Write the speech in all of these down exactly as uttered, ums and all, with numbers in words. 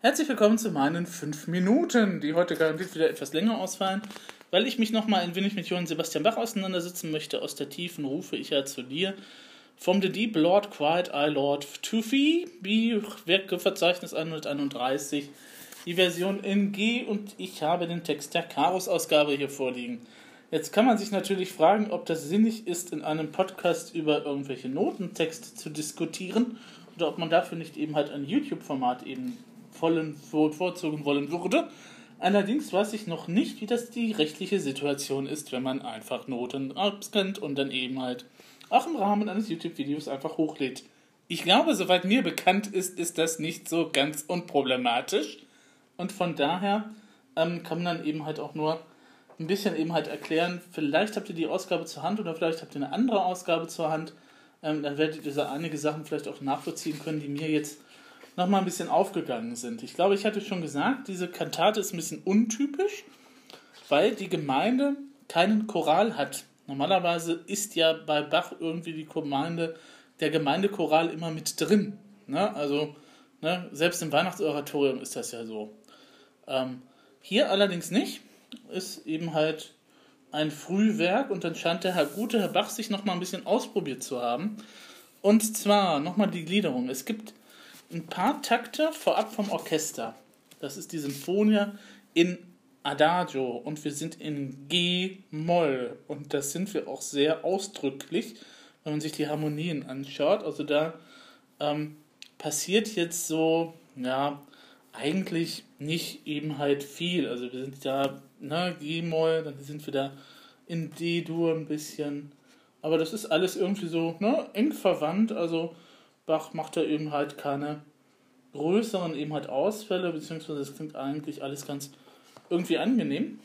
Herzlich willkommen zu meinen fünf Minuten, die heute garantiert wieder etwas länger ausfallen, weil ich mich nochmal ein wenig mit Johann Sebastian Bach auseinandersetzen möchte. Aus der Tiefen rufe ich ja zu dir. From the deep Lord cried I Lord to thee, wie Werkverzeichnis hunderteinunddreißig, die Version in G, und ich habe den Text der Karus-Ausgabe hier vorliegen. Jetzt kann man sich natürlich fragen, ob das sinnig ist, in einem Podcast über irgendwelche Notentexte zu diskutieren oder ob man dafür nicht eben halt ein YouTube-Format eben vollen vorzogen wollen würde. Allerdings weiß ich noch nicht, wie das die rechtliche Situation ist, wenn man einfach Noten abscannt und dann eben halt auch im Rahmen eines YouTube-Videos einfach hochlädt. Ich glaube, soweit mir bekannt ist, ist das nicht so ganz unproblematisch. Und von daher ähm, kann man dann eben halt auch nur ein bisschen eben halt erklären, vielleicht habt ihr die Ausgabe zur Hand oder vielleicht habt ihr eine andere Ausgabe zur Hand. Ähm, dann werdet ihr so einige Sachen vielleicht auch nachvollziehen können, die mir jetzt nochmal ein bisschen aufgegangen sind. Ich glaube, ich hatte schon gesagt, diese Kantate ist ein bisschen untypisch, weil die Gemeinde keinen Choral hat. Normalerweise ist ja bei Bach irgendwie die Gemeinde, der Gemeindechoral immer mit drin. Ne? Also ne, selbst im Weihnachtsoratorium ist das ja so. Ähm, hier allerdings nicht. Ist eben halt ein Frühwerk und dann scheint der Herr gute Herr Bach sich nochmal ein bisschen ausprobiert zu haben. Und zwar nochmal die Gliederung. Es gibt ein paar Takte vorab vom Orchester. Das ist die Symphonie in Adagio und wir sind in G-Moll und das sind wir auch sehr ausdrücklich, wenn man sich die Harmonien anschaut. Also da ähm, passiert jetzt so, ja, eigentlich nicht eben halt viel. Also wir sind da, ne, G-Moll, dann sind wir da in D-Dur ein bisschen. Aber das ist alles irgendwie so, ne, eng verwandt. Also Bach macht da eben halt keine größeren eben halt Ausfälle, beziehungsweise es klingt eigentlich alles ganz irgendwie angenehm.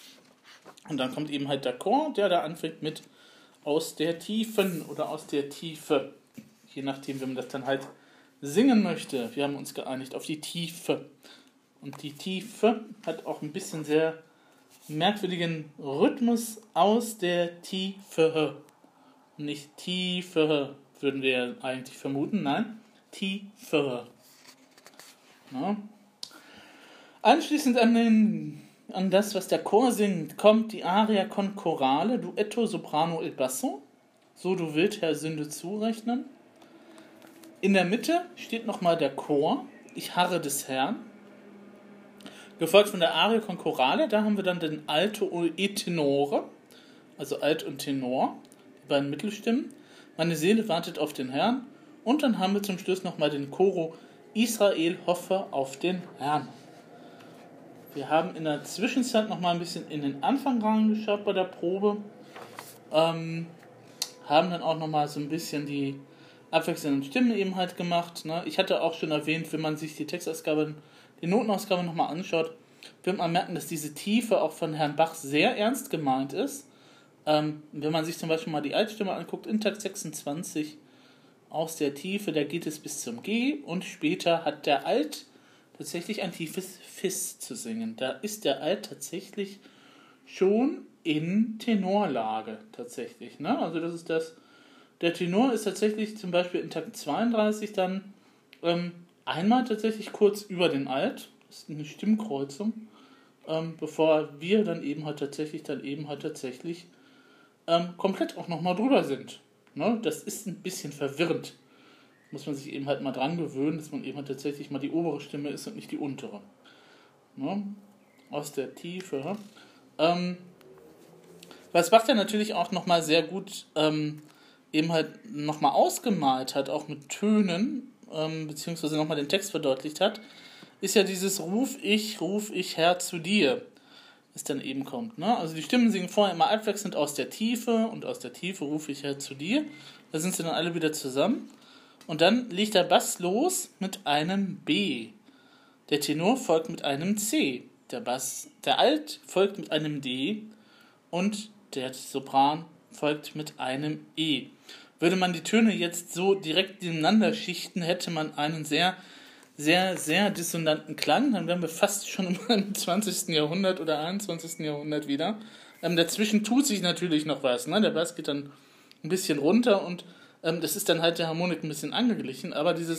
Und dann kommt eben halt der Chor, der da anfängt mit aus der Tiefen oder aus der Tiefe. Je nachdem, wie man das dann halt singen möchte. Wir haben uns geeinigt auf die Tiefe. Und die Tiefe hat auch ein bisschen sehr merkwürdigen Rhythmus aus der Tiefe. Nicht Tiefe, würden wir eigentlich vermuten. Nein, Tiefe. Ja. Anschließend an, den, an das, was der Chor singt, kommt die Aria con Chorale, Duetto Soprano e Basso. So du willst, Herr, Sünde zurechnen. In der Mitte steht nochmal der Chor, Ich harre des Herrn. Gefolgt von der Aria con Chorale, da haben wir dann den Alto e Tenore, also Alt und Tenor, die beiden Mittelstimmen. Meine Seele wartet auf den Herrn. Und dann haben wir zum Schluss nochmal den Choro Israel hoffe auf den Herrn. Wir haben in der Zwischenzeit nochmal ein bisschen in den Anfang reingeschaut bei der Probe. Ähm, haben dann auch nochmal so ein bisschen die abwechselnden Stimmen eben halt gemacht. Ne? Ich hatte auch schon erwähnt, wenn man sich die Textausgabe, die Notenausgabe nochmal anschaut, wird man merken, dass diese Tiefe auch von Herrn Bach sehr ernst gemeint ist. Ähm, wenn man sich zum Beispiel mal die Altstimme anguckt, in Takt sechsundzwanzig, aus der Tiefe, da geht es bis zum G und später hat der Alt tatsächlich ein tiefes Fis zu singen. Da ist der Alt tatsächlich schon in Tenorlage tatsächlich. Ne? Also das ist das, der Tenor ist tatsächlich zum Beispiel in Takt zweiunddreißig dann ähm, einmal tatsächlich kurz über den Alt, das ist eine Stimmkreuzung, ähm, bevor wir dann eben halt tatsächlich dann eben halt tatsächlich ähm, komplett auch nochmal drüber sind. Ne, das ist ein bisschen verwirrend. Muss man sich eben halt mal dran gewöhnen, dass man eben halt tatsächlich mal die obere Stimme ist und nicht die untere. Ne, aus der Tiefe. Ähm, was Bach dann natürlich auch nochmal sehr gut ähm, eben halt nochmal ausgemalt hat, auch mit Tönen, ähm, beziehungsweise nochmal den Text verdeutlicht hat, ist ja dieses Ruf ich, ruf ich Herr zu dir, das dann eben kommt. Ne? Also die Stimmen singen vorher immer abwechselnd aus der Tiefe und aus der Tiefe rufe ich Herr zu dir. Da sind sie dann alle wieder zusammen. Und dann legt der Bass los mit einem B. Der Tenor folgt mit einem C. Der Bass, der Alt folgt mit einem D. Und der Sopran folgt mit einem E. Würde man die Töne jetzt so direkt nebeneinander schichten, hätte man einen sehr sehr, sehr dissonanten Klang, dann wären wir fast schon im zwanzigsten Jahrhundert oder einundzwanzigsten Jahrhundert wieder. Ähm, dazwischen tut sich natürlich noch was, ne? Der Bass geht dann ein bisschen runter und ähm, das ist dann halt der Harmonik ein bisschen angeglichen, aber dieses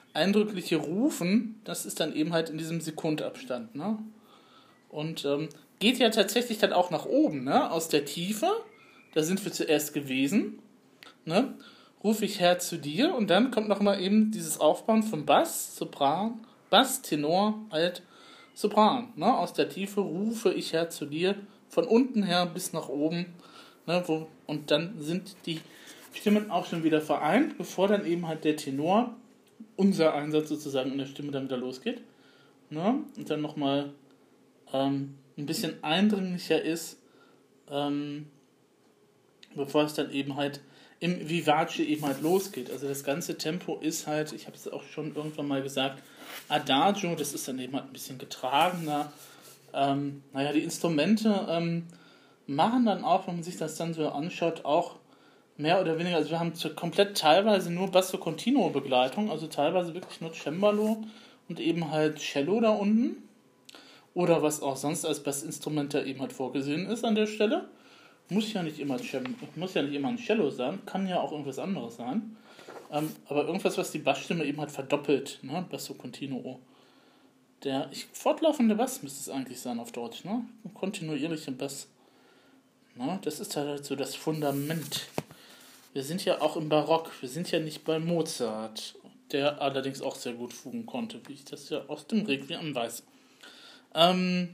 eindrückliche Rufen, das ist dann eben halt in diesem Sekundabstand, ne? Und ähm, geht ja tatsächlich dann auch nach oben, ne? Aus der Tiefe, da sind wir zuerst gewesen, ne? Rufe ich Herr zu dir und dann kommt nochmal eben dieses Aufbauen von Bass, Sopran, Bass, Tenor, Alt, Sopran, ne? Aus der Tiefe rufe ich Herr zu dir, von unten her bis nach oben, ne? Wo, und dann sind die Stimmen auch schon wieder vereint, bevor dann eben halt der Tenor, unser Einsatz sozusagen in der Stimme dann wieder losgeht, ne? Und dann nochmal ähm, ein bisschen eindringlicher ist, ähm, bevor es dann eben halt im Vivace eben halt losgeht. Also das ganze Tempo ist halt, ich habe es auch schon irgendwann mal gesagt, Adagio, das ist dann eben halt ein bisschen getragener. Ähm, naja, die Instrumente ähm, machen dann auch, wenn man sich das dann so anschaut, auch mehr oder weniger, also wir haben komplett teilweise nur Basso Continuo Begleitung, also teilweise wirklich nur Cembalo und eben halt Cello da unten. Oder was auch sonst als Bassinstrument da eben halt vorgesehen ist an der Stelle. Muss ja nicht immer, muss ja nicht immer ein Cello sein, kann ja auch irgendwas anderes sein. Ähm, aber irgendwas, was die Bassstimme eben halt verdoppelt, ne? Basso Continuo. Der ich, fortlaufende Bass müsste es eigentlich sein auf Deutsch, ne? Kontinuierliche Bass. Ne? Das ist halt so das Fundament. Wir sind ja auch im Barock, wir sind ja nicht bei Mozart, der allerdings auch sehr gut fugen konnte, wie ich das ja aus dem Requiem weiß. Ähm,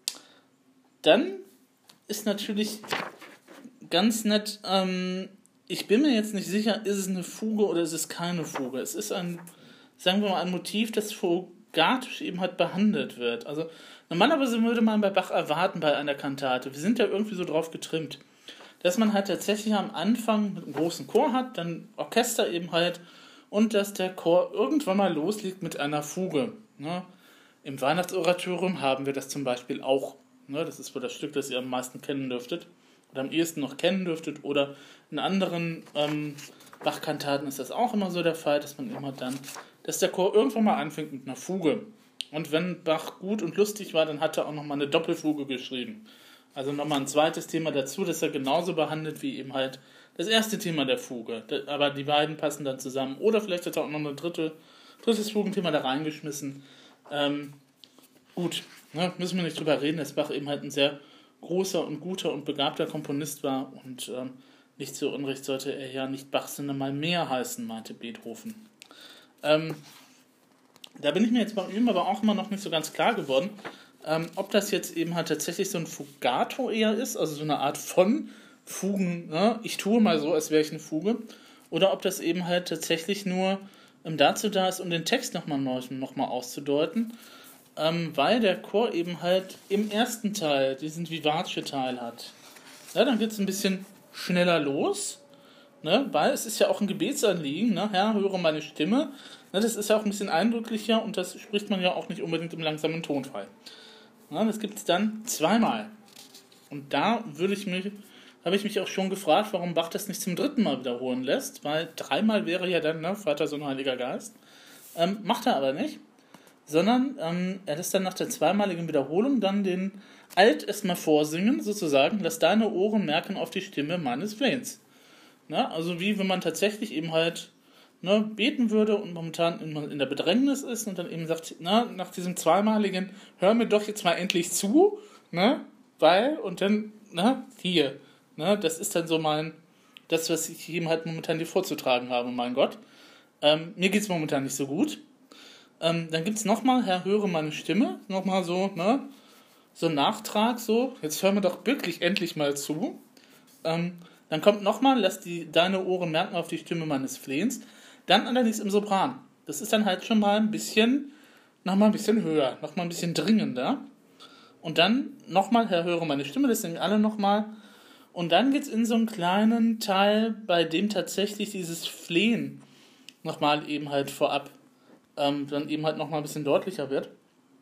dann ist natürlich ganz nett, ähm, ich bin mir jetzt nicht sicher, ist es eine Fuge oder ist es keine Fuge. Es ist ein, sagen wir mal, ein Motiv, das fugatisch eben halt behandelt wird. Also normalerweise würde man bei Bach erwarten bei einer Kantate, wir sind ja irgendwie so drauf getrimmt, dass man halt tatsächlich am Anfang einen großen Chor hat, dann Orchester eben halt und dass der Chor irgendwann mal loslegt mit einer Fuge. Ne? Im Weihnachtsoratorium haben wir das zum Beispiel auch. Ne? Das ist wohl das Stück, das ihr am meisten kennen dürftet oder am ehesten noch kennen dürftet, oder in anderen ähm, Bach-Kantaten ist das auch immer so der Fall, dass man immer dann, dass der Chor irgendwann mal anfängt mit einer Fuge. Und wenn Bach gut und lustig war, dann hat er auch nochmal eine Doppelfuge geschrieben. Also nochmal ein zweites Thema dazu, das er genauso behandelt wie eben halt das erste Thema der Fuge. Aber die beiden passen dann zusammen. Oder vielleicht hat er auch noch ein dritte, drittes Fugenthema da reingeschmissen. Ähm, gut, ne, müssen wir nicht drüber reden, dass Bach eben halt ein sehr großer und guter und begabter Komponist war und ähm, nicht zu Unrecht sollte er ja nicht Bach, sondern mal mehr heißen, meinte Beethoven. Ähm, da bin ich mir jetzt bei ihm aber auch immer noch nicht so ganz klar geworden, ähm, ob das jetzt eben halt tatsächlich so ein Fugato eher ist, also so eine Art von Fugen, ne? Ich tue mal so, als wäre ich eine Fuge, oder ob das eben halt tatsächlich nur ähm, dazu da ist, um den Text nochmal noch mal auszudeuten, Ähm, weil der Chor eben halt im ersten Teil diesen Vivace-Teil hat. Ja, dann geht es ein bisschen schneller los, ne, weil es ist ja auch ein Gebetsanliegen, ne, Herr, höre meine Stimme. Ne, das ist ja auch ein bisschen eindrücklicher und das spricht man ja auch nicht unbedingt im langsamen Tonfall. Ne, das gibt es dann zweimal. Und da würde ich mich, habe ich mich auch schon gefragt, warum Bach das nicht zum dritten Mal wiederholen lässt, weil dreimal wäre ja dann, ne, Vater, Sohn, Heiliger Geist. Ähm, macht er aber nicht. Sondern ähm, er lässt dann nach der zweimaligen Wiederholung dann den Alt erstmal vorsingen, sozusagen, lass deine Ohren merken auf die Stimme meines Flehens. Ne? Also wie wenn man tatsächlich eben halt, ne, beten würde und momentan in, in der Bedrängnis ist und dann eben sagt, na, nach diesem zweimaligen, hör mir doch jetzt mal endlich zu, ne, weil, und dann, na, hier, ne, das ist dann so mein, das, was ich ihm halt momentan dir vorzutragen habe, mein Gott. Ähm, mir geht's momentan nicht so gut. Ähm, dann gibt es nochmal, Herr, höre meine Stimme, nochmal so, ne, so ein Nachtrag, so, jetzt hör mir doch wirklich endlich mal zu. Ähm, dann kommt nochmal, lass die, deine Ohren merken auf die Stimme meines Flehens. Dann allerdings im Sopran. Das ist dann halt schon mal ein bisschen, nochmal ein bisschen höher, nochmal ein bisschen dringender. Und dann nochmal, Herr, höre meine Stimme, das singen alle nochmal. Und dann geht es in so einen kleinen Teil, bei dem tatsächlich dieses Flehen nochmal eben halt vorab Ähm, dann eben halt nochmal ein bisschen deutlicher wird.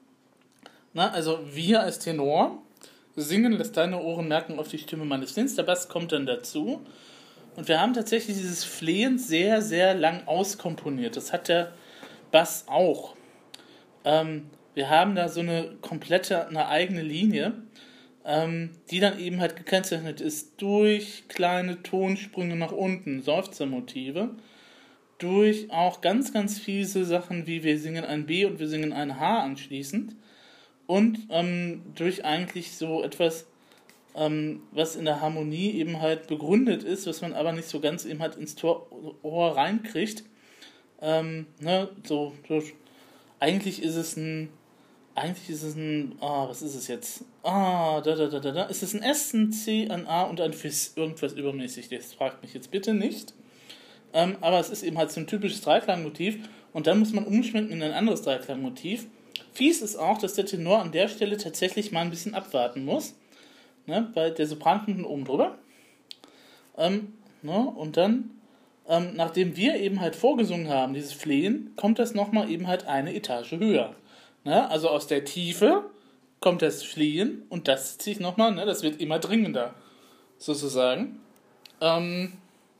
Na, also wir als Tenor singen, lässt deine Ohren merken auf die Stimme meines Flehens. Der Bass kommt dann dazu. Und wir haben tatsächlich dieses Flehen sehr, sehr lang auskomponiert. Das hat der Bass auch. Ähm, wir haben da so eine komplette, eine eigene Linie, ähm, die dann eben halt gekennzeichnet ist durch kleine Tonsprünge nach unten, Seufzermotive. durch auch ganz, ganz fiese Sachen, wie wir singen ein B und wir singen ein H anschließend. Und ähm, durch eigentlich so etwas, ähm, was in der Harmonie eben halt begründet ist, was man aber nicht so ganz eben halt ins Tor, Ohr reinkriegt. Ähm, ne, so, so, eigentlich ist es ein, eigentlich ist es ein, ah, was ist es jetzt? Ah, da, da, da, da, da. Ist es ein S, ein C, ein A und ein Fis, irgendwas übermäßig. Das fragt mich jetzt bitte nicht. Ähm, aber es ist eben halt so ein typisches Dreiklangmotiv und dann muss man umschwenken in ein anderes Dreiklangmotiv. Fies ist auch, dass der Tenor an der Stelle tatsächlich mal ein bisschen abwarten muss, ne, weil der Sopran kommt oben drüber. Ähm, ne, und dann, ähm, nachdem wir eben halt vorgesungen haben, dieses Flehen, kommt das nochmal eben halt eine Etage höher. Ne, also aus der Tiefe kommt das Flehen und das zieht nochmal, ne, das wird immer dringender, sozusagen. Ähm,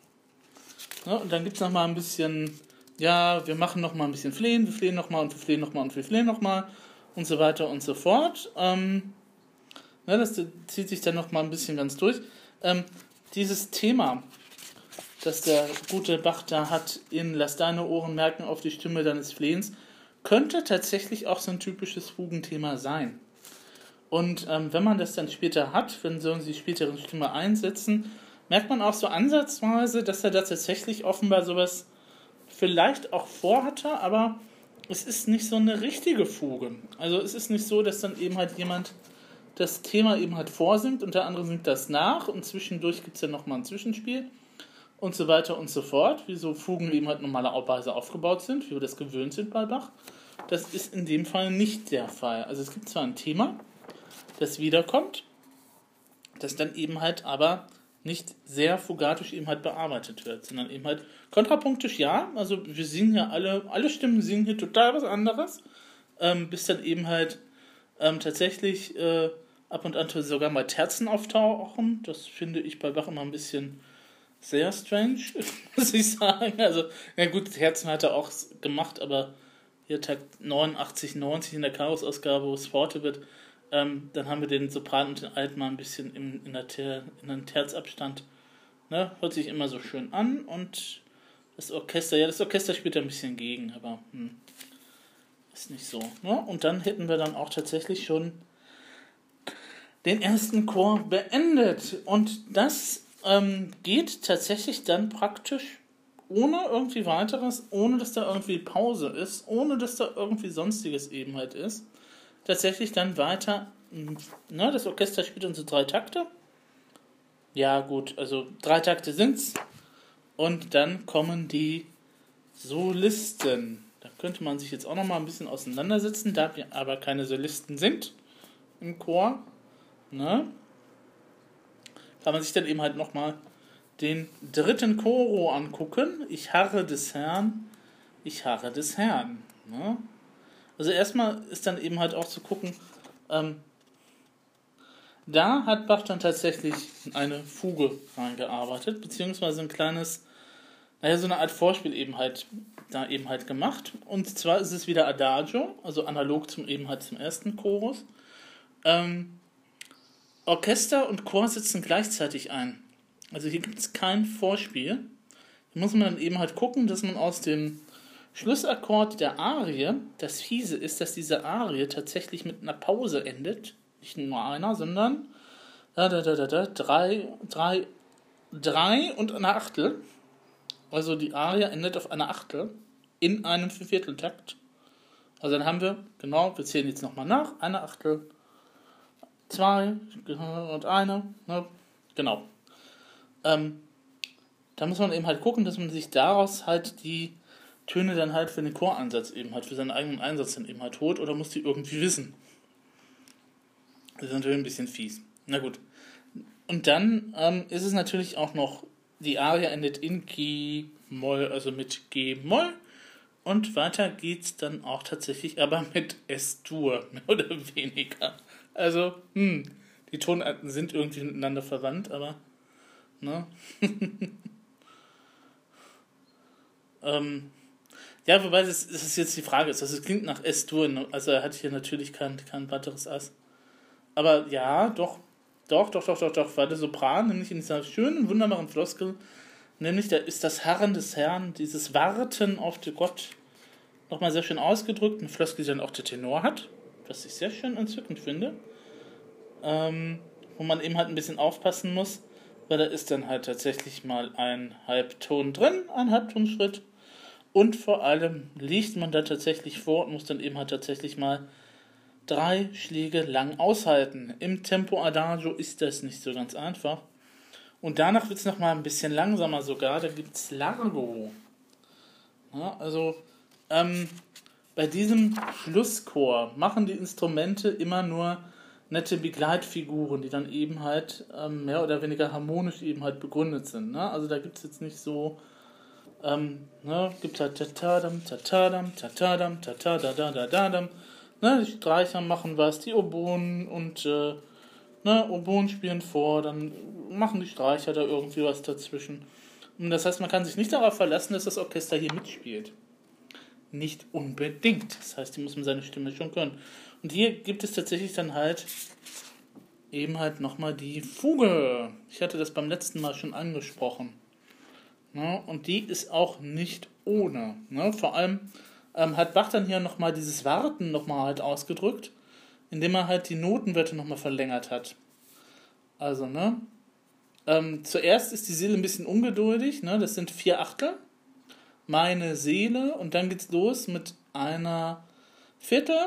ne, und dann gibt es nochmal ein bisschen, ja, wir machen nochmal ein bisschen Flehen, wir flehen nochmal und wir flehen nochmal und wir flehen nochmal und so weiter und so fort. Ähm, ne, das zieht sich dann nochmal ein bisschen ganz durch. Ähm, dieses Thema, das der gute Bach da hat in Lass deine Ohren merken auf die Stimme deines Flehens, könnte tatsächlich auch so ein typisches Fugenthema sein. Und ähm, wenn man das dann später hat, wenn so die späteren Stimme einsetzen, merkt man auch so ansatzweise, dass er da tatsächlich offenbar sowas vielleicht auch vorhatte, aber es ist nicht so eine richtige Fuge. Also es ist nicht so, dass dann eben halt jemand das Thema eben halt vorsingt und der andere singt das nach und zwischendurch gibt es ja nochmal ein Zwischenspiel und so weiter und so fort, wie so Fugen eben halt normalerweise aufgebaut sind, wie wir das gewöhnt sind bei Bach. Das ist in dem Fall nicht der Fall. Also es gibt zwar ein Thema, das wiederkommt, das dann eben halt aber nicht sehr fugatisch eben halt bearbeitet wird, sondern eben halt kontrapunktisch, ja, also wir singen ja alle, alle Stimmen singen hier total was anderes, ähm, bis dann eben halt ähm, tatsächlich äh, ab und an sogar mal Terzen auftauchen. Das finde ich bei Bach immer ein bisschen sehr strange, muss ich sagen. Also, ja gut, Terzen hat er auch gemacht, aber hier Takt neunundachtzig, neunzig in der Chaos-Ausgabe, wo es Forte wird, ähm, dann haben wir den Sopran und den Alt mal ein bisschen in, in, der Ter, in einem Terzabstand. Ne? Hört sich immer so schön an und das Orchester, ja, das Orchester spielt da ein bisschen gegen, aber hm, ist nicht so. Ne? Und dann hätten wir dann auch tatsächlich schon den ersten Chor beendet. Und das ähm, geht tatsächlich dann praktisch ohne irgendwie weiteres, ohne dass da irgendwie Pause ist, ohne dass da irgendwie sonstiges eben halt ist, tatsächlich dann weiter. Ne, das Orchester spielt unsere drei Takte. Ja gut, also drei Takte sind's. Und dann kommen die Solisten. Da könnte man sich jetzt auch nochmal ein bisschen auseinandersetzen, da wir aber keine Solisten sind im Chor. Ne? Kann man sich dann eben halt nochmal den dritten Choro angucken. Ich harre des Herrn, ich harre des Herrn. Ne? Also erstmal ist dann eben halt auch zu gucken, ähm, da hat Bach dann tatsächlich eine Fuge reingearbeitet, beziehungsweise ein kleines, naja, so eine Art Vorspiel eben halt da eben halt gemacht. Und zwar ist es wieder Adagio, also analog zum eben halt zum ersten Chorus. Ähm, Orchester und Chor sitzen gleichzeitig ein. Also hier gibt es kein Vorspiel. Hier muss man dann eben halt gucken, dass man aus dem Schlussakkord der Arie, das Fiese ist, dass diese Arie tatsächlich mit einer Pause endet. Nicht nur einer, sondern da, da, da, da, da, drei, drei, drei und eine Achtel. Also die Arie endet auf einer Achtel in einem Viervierteltakt. Also dann haben wir, genau, wir zählen jetzt nochmal nach, eine Achtel, zwei und eine, ne? Genau. Ähm, da muss man eben halt gucken, dass man sich daraus halt die Töne dann halt für den Choransatz eben halt, für seinen eigenen Einsatz dann eben halt holt oder muss die irgendwie wissen. Das ist natürlich ein bisschen fies. Na gut. Und dann ähm, ist es natürlich auch noch, die Arie endet in G-Moll, also mit G-Moll. Und weiter geht's dann auch tatsächlich aber mit S-Dur, mehr oder weniger. Also, hm, die Tonarten sind irgendwie miteinander verwandt, aber, ne? ähm, ja, wobei das, das ist jetzt die Frage ist, also es klingt nach S-Dur, also er hat hier natürlich kein, kein weiteres Ass. Aber ja, doch, doch, doch, doch, doch, doch, war der Sopran, nämlich in dieser schönen, wunderbaren Floskel, Nämlich, da ist das Harren des Herrn, dieses Warten auf den Gott, nochmal sehr schön ausgedrückt. Eine Floskel, die dann auch der Tenor hat, was ich sehr schön entzückend finde. Ähm, wo man eben halt ein bisschen aufpassen muss, weil da ist dann halt tatsächlich mal ein Halbton drin, ein Halbtonschritt. Und vor allem liegt man da tatsächlich vor und muss dann eben halt tatsächlich mal drei Schläge lang aushalten. Im Tempo Adagio ist das nicht so ganz einfach. Und danach wird es nochmal ein bisschen langsamer sogar, da gibt es Largo. Ja, also ähm, bei diesem Schlusschor machen die Instrumente immer nur nette Begleitfiguren, die dann eben halt ähm, mehr oder weniger harmonisch eben halt begründet sind. Ne? Also da gibt es jetzt nicht so, ähm, ne, gibt halt tatadam, tatadam, tatadam, tatadadadadam. Ne, die Streicher machen was, die Oboen und äh, ne, Oboen spielen vor, dann machen die Streicher da irgendwie was dazwischen. Und das heißt, man kann sich nicht darauf verlassen, dass das Orchester hier mitspielt. Nicht unbedingt. Das heißt, hier muss man seine Stimme schon können. Und hier gibt es tatsächlich dann halt eben halt nochmal die Fuge. Ich hatte das beim letzten Mal schon angesprochen. Ne? Und die ist auch nicht ohne. Ne? Vor allem ähm, hat Bach dann hier nochmal dieses Warten nochmal halt ausgedrückt, indem er halt die Notenwerte nochmal verlängert hat. Also, ne? Ähm, zuerst ist die Seele ein bisschen ungeduldig, ne? Das sind vier Achtel. Meine Seele, und dann geht's los mit einer Viertel.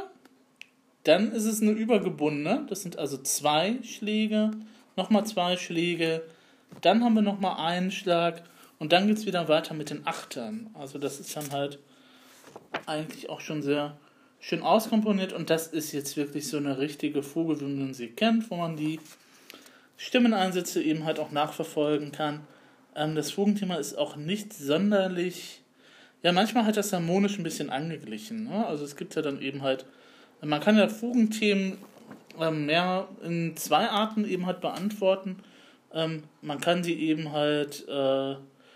Dann ist es eine übergebundene, das sind also zwei Schläge, nochmal zwei Schläge, dann haben wir nochmal einen Schlag und dann geht es wieder weiter mit den Achtern. Also das ist dann halt eigentlich auch schon sehr schön auskomponiert und das ist jetzt wirklich so eine richtige Fuge, wie man sie kennt, wo man die Stimmeneinsätze eben halt auch nachverfolgen kann. Ähm, das Fugenthema ist auch nicht sonderlich, ja manchmal halt das harmonisch ein bisschen angeglichen, ne? Also es gibt ja dann eben halt, man kann ja Fugenthemen ähm, mehr in zwei Arten eben halt beantworten. Ähm, man kann sie eben halt, äh,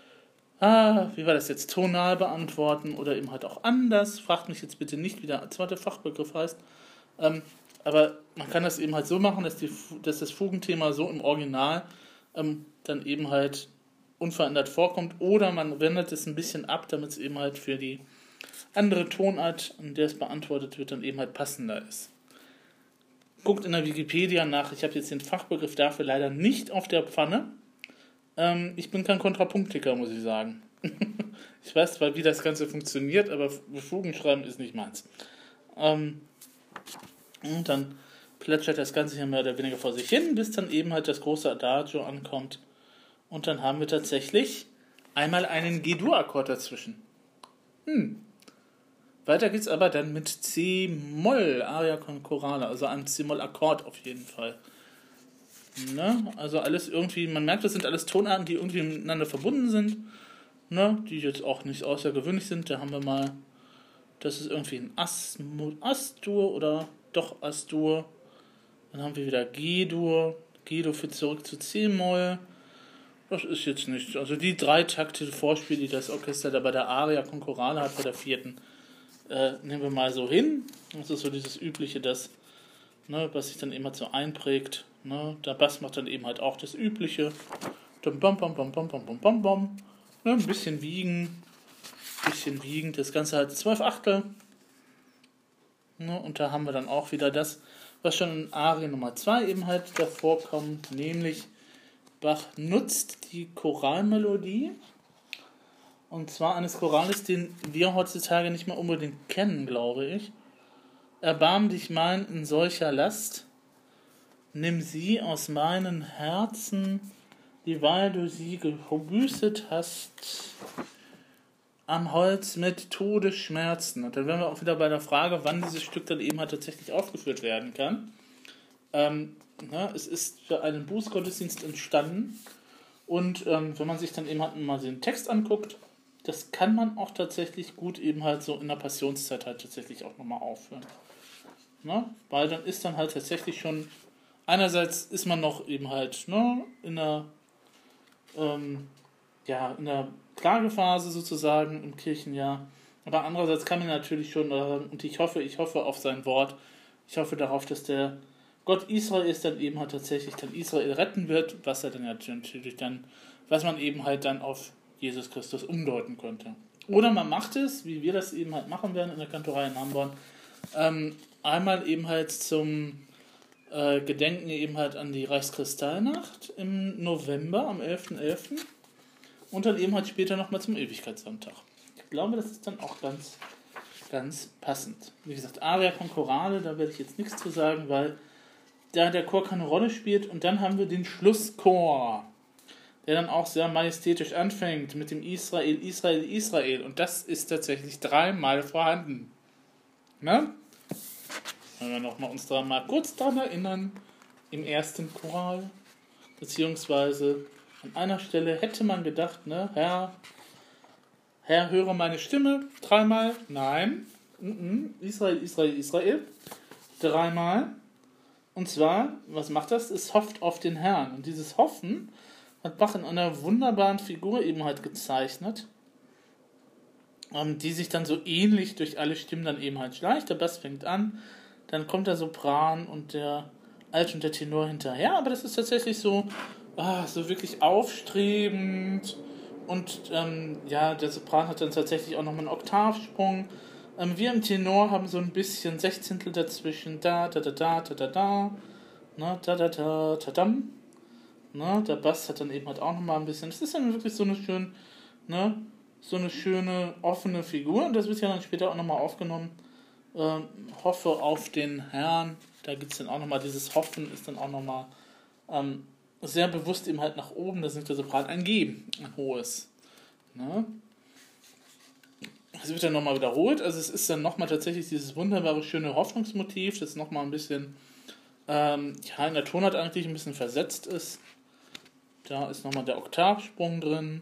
ah, wie war das jetzt, tonal beantworten oder eben halt auch anders. Fragt mich jetzt bitte nicht, wie der zweite Fachbegriff heißt. Ähm, aber man kann das eben halt so machen, dass, die, dass das Fugenthema so im Original ähm, dann eben halt unverändert vorkommt. Oder man wendet es ein bisschen ab, damit es eben halt für die andere Tonart, in der es beantwortet wird, dann eben halt passender ist. Guckt in der Wikipedia nach, ich habe jetzt den Fachbegriff dafür leider nicht auf der Pfanne. Ähm, ich bin kein Kontrapunktiker, muss ich sagen. Ich weiß zwar, wie das Ganze funktioniert, aber Fugen schreiben ist nicht meins. Ähm, und dann plätschert das Ganze hier mehr oder weniger vor sich hin, bis dann eben halt das große Adagio ankommt. Und dann haben wir tatsächlich einmal einen G-Dur-Akkord dazwischen. Hm. Weiter geht's aber dann mit C-Moll, Aria con Chorale, also einem C-Moll-Akkord auf jeden Fall. Ne? Also alles irgendwie, man merkt, das sind alles Tonarten, die irgendwie miteinander verbunden sind, ne? Die jetzt auch nicht außergewöhnlich sind. Da haben wir mal, das ist irgendwie ein As, As-Dur oder doch As-Dur. Dann haben wir wieder G-Dur, G-Dur führt zurück zu C-Moll. Das ist jetzt nicht, also die drei Takte Vorspiel, die das Orchester da bei der Aria con Chorale hat, bei der vierten, Äh, nehmen wir mal so hin. Das ist so dieses Übliche, das, ne, was sich dann immer so einprägt. Ne? Der Bass macht dann eben halt auch das Übliche. Bam, bam, bam, bam, bam, bam, bam, bam. Ne, ein bisschen wiegen. Ein bisschen wiegen. Das Ganze halt zwölf Achtel. Ne, und da haben wir dann auch wieder das, was schon in Arie Nummer zwei eben halt davor kommt. Nämlich Bach nutzt die Choralmelodie. Und zwar eines Chorales, den wir heutzutage nicht mehr unbedingt kennen, glaube ich. Erbarm dich mein in solcher Last, nimm sie aus meinen Herzen, dieweil du sie gebüßet hast, am Holz mit Todesschmerzen. Und dann wären wir auch wieder bei der Frage, wann dieses Stück dann eben halt tatsächlich aufgeführt werden kann. Ähm, na, es ist für einen Bußgottesdienst entstanden. Und ähm, wenn man sich dann eben halt mal den Text anguckt, das kann man auch tatsächlich gut eben halt so in der Passionszeit halt tatsächlich auch nochmal aufführen. Ne? Weil dann ist dann halt tatsächlich schon, einerseits ist man noch eben halt ne, in der ähm, ja, in der Klagephase sozusagen im Kirchenjahr, aber andererseits kann man natürlich schon, äh, und ich hoffe, ich hoffe auf sein Wort, ich hoffe darauf, dass der Gott Israels dann eben halt tatsächlich dann Israel retten wird, was er dann ja natürlich dann, was man eben halt dann auf Jesus Christus umdeuten könnte. Oder man macht es, wie wir das eben halt machen werden in der Kantorei in Hamborn, ähm, einmal eben halt zum äh, Gedenken eben halt an die Reichskristallnacht im November, am elften elften und dann eben halt später nochmal zum Ewigkeitssonntag. Ich glaube, das ist dann auch ganz, ganz passend. Wie gesagt, Aria con Chorale, da werde ich jetzt nichts zu sagen, weil da der Chor keine Rolle spielt. Und dann haben wir den Schlusschor, der dann auch sehr majestätisch anfängt mit dem Israel, Israel, Israel. Und das ist tatsächlich dreimal vorhanden. Ne? Wenn wir noch mal uns da mal kurz daran erinnern, im ersten Choral, beziehungsweise an einer Stelle hätte man gedacht, ne, Herr, Herr, höre meine Stimme, dreimal, nein, Israel, Israel, Israel, dreimal. Und zwar, was macht das? Es hofft auf den Herrn. Und dieses Hoffen hat Bach in einer wunderbaren Figur eben halt gezeichnet, ähm, die sich dann so ähnlich durch alle Stimmen dann eben halt schleicht. Der Bass fängt an, dann kommt der Sopran und der Alt und der Tenor hinterher. Aber das ist tatsächlich so, ah, so wirklich aufstrebend. Und ähm, ja, der Sopran hat dann tatsächlich auch nochmal einen Oktavsprung. Ähm, wir im Tenor haben so ein bisschen Sechzehntel dazwischen. Da, da, da, da, da, da, da. Na, da, da, da, da, dam. Na, der Bass hat dann eben halt auch nochmal ein bisschen. Das ist dann wirklich so eine schöne, ne, so eine schöne offene Figur. Und das wird ja dann später auch nochmal aufgenommen. Ähm, hoffe auf den Herrn. Da gibt es dann auch nochmal dieses Hoffen, ist dann auch nochmal ähm, sehr bewusst eben halt nach oben. Da singt der Sopran ein G, ein hohes. Ne? Es wird dann nochmal wiederholt, also es ist dann nochmal tatsächlich dieses wunderbare, schöne Hoffnungsmotiv, das nochmal ein bisschen, ähm, ja, in der Tonart eigentlich ein bisschen versetzt ist. Da ist nochmal der Oktavsprung drin.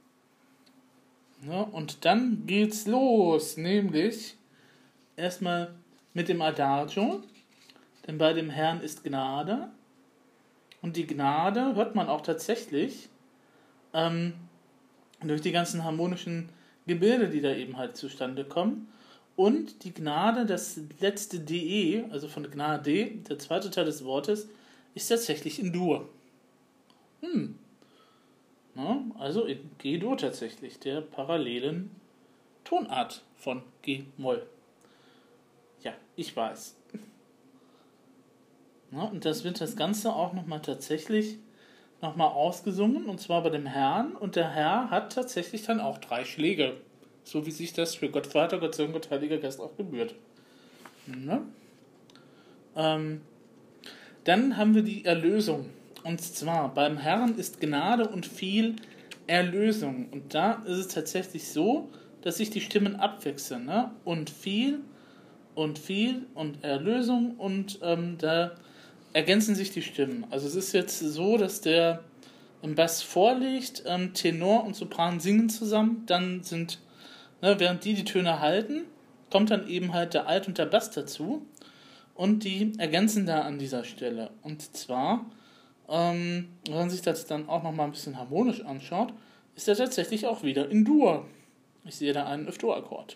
Ja, und dann geht's los, nämlich erstmal mit dem Adagio, denn bei dem Herrn ist Gnade. Und die Gnade hört man auch tatsächlich ähm, durch die ganzen harmonischen Gebilde, die da eben halt zustande kommen. Und die Gnade, das letzte De, also von Gnade, der zweite Teil des Wortes, ist tatsächlich in Dur. Hm. Na, also in G-Dur tatsächlich, der parallelen Tonart von G-Moll. Ja, ich weiß. Na, und das wird das Ganze auch nochmal tatsächlich nochmal ausgesungen, und zwar bei dem Herrn, und der Herr hat tatsächlich dann auch drei Schläge, so wie sich das für Gott Vater, Gott Sohn, Gott Heiliger Geist auch gebührt. Ne? Ähm, dann haben wir die Erlösung, und zwar beim Herrn ist Gnade und viel Erlösung, und da ist es tatsächlich so, dass sich die Stimmen abwechseln, ne? Und viel und viel und Erlösung, und ähm, da ergänzen sich die Stimmen. Also es ist jetzt so, dass der im Bass vorlegt, ähm, Tenor und Sopran singen zusammen, dann sind, ne, während die die Töne halten, kommt dann eben halt der Alt und der Bass dazu, und die ergänzen da an dieser Stelle. Und zwar, ähm, wenn man sich das dann auch nochmal ein bisschen harmonisch anschaut, ist er tatsächlich auch wieder in Dur. Ich sehe da einen F-Dur-Akkord.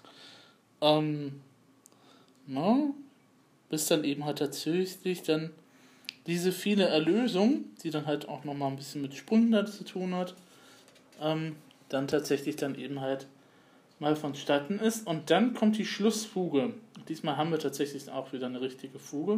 Ähm, ne? Bis dann eben halt tatsächlich dann diese viele Erlösung, die dann halt auch nochmal ein bisschen mit Sprüngen da zu tun hat, ähm, dann tatsächlich dann eben halt mal vonstatten ist. Und dann kommt die Schlussfuge. Diesmal haben wir tatsächlich auch wieder eine richtige Fuge.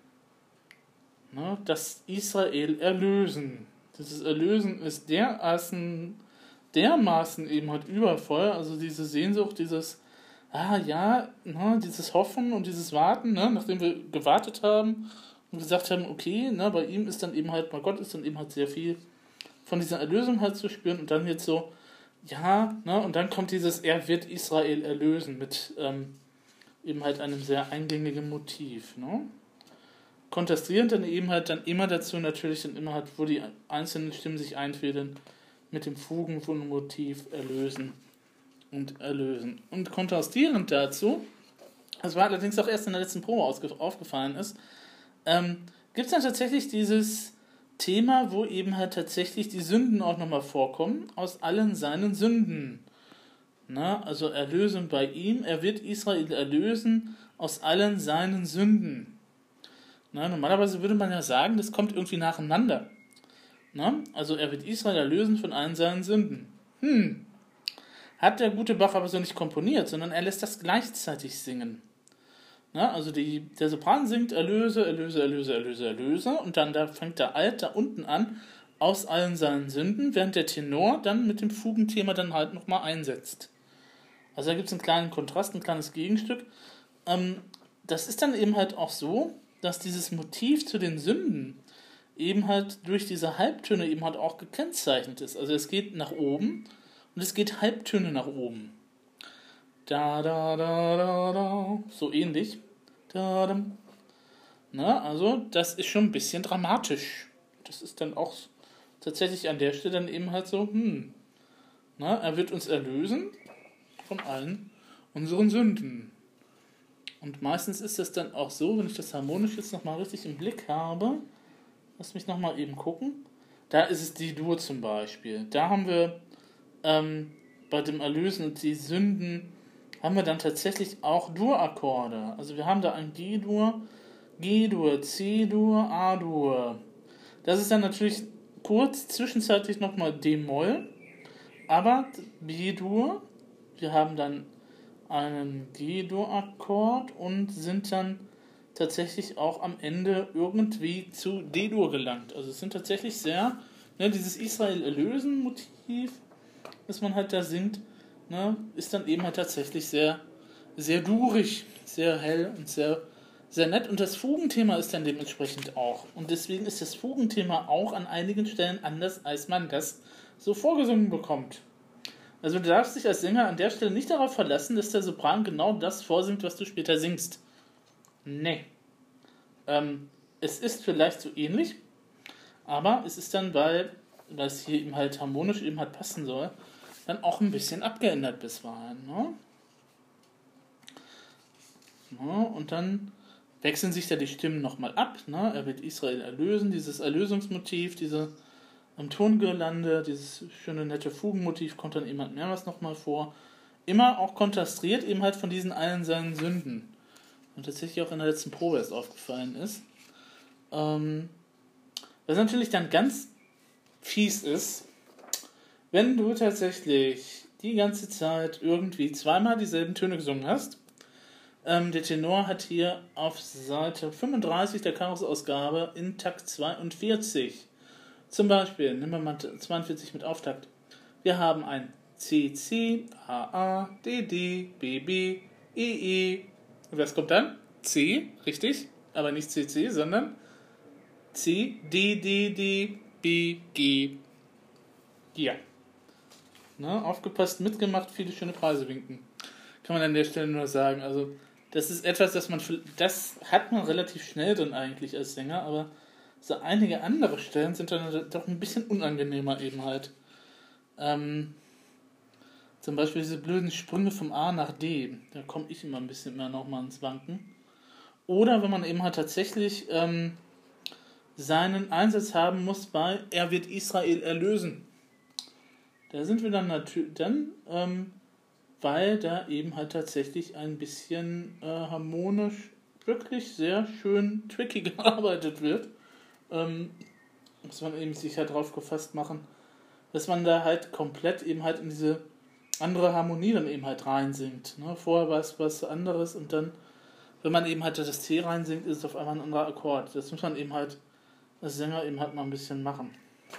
Ne, das Israel erlösen. Dieses Erlösen ist dermaßen, dermaßen eben halt übervoll, also diese Sehnsucht, dieses ah ja, ne, dieses Hoffen und dieses Warten, ne, nachdem wir gewartet haben und gesagt haben, okay, ne, bei ihm ist dann eben halt, bei Gott ist dann eben halt sehr viel von dieser Erlösung halt zu spüren, und dann jetzt so, ja, ne, und dann kommt dieses, er wird Israel erlösen mit ähm, eben halt einem sehr eingängigen Motiv, ne. Kontrastierend dann eben halt dann immer dazu natürlich dann immer halt, wo die einzelnen Stimmen sich einfädeln, mit dem Fugenmotiv erlösen und erlösen. Und kontrastierend dazu, das war allerdings auch erst in der letzten Probe ausge- aufgefallen ist, ähm, gibt es dann tatsächlich dieses Thema, wo eben halt tatsächlich die Sünden auch nochmal vorkommen, aus allen seinen Sünden. Na, also Erlösung bei ihm, er wird Israel erlösen aus allen seinen Sünden. Na, normalerweise würde man ja sagen, das kommt irgendwie nacheinander. Na, also er wird Israel erlösen von allen seinen Sünden. hm, hat der gute Bach aber so nicht komponiert, sondern er lässt das gleichzeitig singen. Na, also die, der Sopran singt Erlöse, Erlöse, Erlöse, Erlöse, Erlöse und dann da fängt der Alt da unten an, aus allen seinen Sünden, während der Tenor dann mit dem Fugenthema dann halt nochmal einsetzt. Also da gibt es einen kleinen Kontrast, ein kleines Gegenstück. Ähm, das ist dann eben halt auch so, dass dieses Motiv zu den Sünden eben halt durch diese Halbtöne eben halt auch gekennzeichnet ist. Also es geht nach oben und es geht Halbtöne nach oben. Da, da, da, da, da. So ähnlich. Da, da. Na, also das ist schon ein bisschen dramatisch. Das ist dann auch tatsächlich an der Stelle dann eben halt so, hm, na, er wird uns erlösen von allen unseren Sünden. Und meistens ist das dann auch so, wenn ich das harmonisch jetzt nochmal richtig im Blick habe, lass mich nochmal eben gucken, da ist es D-Dur zum Beispiel. Da haben wir ähm, bei dem Erlösen und die Sünden haben wir dann tatsächlich auch Dur-Akkorde. Also wir haben da ein G-Dur, G-Dur, C-Dur, A-Dur. Das ist dann natürlich kurz zwischenzeitlich nochmal D-Moll, aber B-Dur, wir haben dann einen G-Dur-Akkord und sind dann tatsächlich auch am Ende irgendwie zu D-Dur gelangt. Also es sind tatsächlich sehr, ne, dieses Israel-Erlösen-Motiv, das man halt da singt, ne, ist dann eben halt tatsächlich sehr, sehr durig, sehr hell und sehr, sehr nett. Und das Fugenthema ist dann dementsprechend auch. Und deswegen ist das Fugenthema auch an einigen Stellen anders, als man das so vorgesungen bekommt. Also du darfst dich als Sänger an der Stelle nicht darauf verlassen, dass der Sopran genau das vorsingt, was du später singst. Nee. Ähm, es ist vielleicht so ähnlich, aber es ist dann, weil, weil es hier eben halt harmonisch eben halt passen soll, dann auch ein bisschen abgeändert bisweilen. Ne? Ja, und dann wechseln sich da die Stimmen nochmal ab. Ne? Er wird Israel erlösen, dieses Erlösungsmotiv, diese am Tongirlande, dieses schöne nette Fugenmotiv kommt dann eben halt mehrmals nochmal vor. Immer auch kontrastiert eben halt von diesen allen seinen Sünden. Und tatsächlich auch in der letzten Probe erst aufgefallen ist. Ähm, was natürlich dann ganz fies ist, wenn du tatsächlich die ganze Zeit irgendwie zweimal dieselben Töne gesungen hast. Ähm, der Tenor hat hier auf Seite fünfunddreißig der Chorus-Ausgabe in Takt zweiundvierzig. Zum Beispiel, nehmen wir mal zweiundvierzig mit Auftakt. Wir haben ein C C, A A, D D, B B, E E. Und was kommt dann? C, richtig, aber nicht C C, sondern C, D, D, D, B, G. Ja. Ne, aufgepasst, mitgemacht, viele schöne Preise winken. Kann man an der Stelle nur sagen. Also, das ist etwas, das man, das hat man relativ schnell drin eigentlich als Sänger, aber so einige andere Stellen sind dann doch ein bisschen unangenehmer eben halt. Ähm, zum Beispiel diese blöden Sprünge vom A nach D. Da komme ich immer ein bisschen mehr nochmal ins Wanken. Oder wenn man eben halt tatsächlich ähm, seinen Einsatz haben muss bei Er wird Israel erlösen. Da sind wir dann natürlich dann, ähm, weil da eben halt tatsächlich ein bisschen äh, harmonisch wirklich sehr schön tricky gearbeitet wird. Ähm, muss man eben sich halt drauf gefasst machen, dass man da halt komplett eben halt in diese andere Harmonie dann eben halt reinsingt. Ne? Vorher war es was anderes und dann, wenn man eben halt das C reinsingt, ist es auf einmal ein anderer Akkord. Das muss man eben halt als Sänger eben halt mal ein bisschen machen.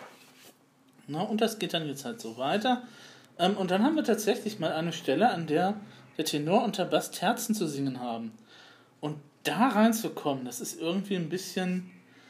Ne? Und das geht dann jetzt halt so weiter. Ähm, und dann haben wir tatsächlich mal eine Stelle, an der der Tenor und der Bass Terzen zu singen haben. Und da reinzukommen, das ist irgendwie ein bisschen...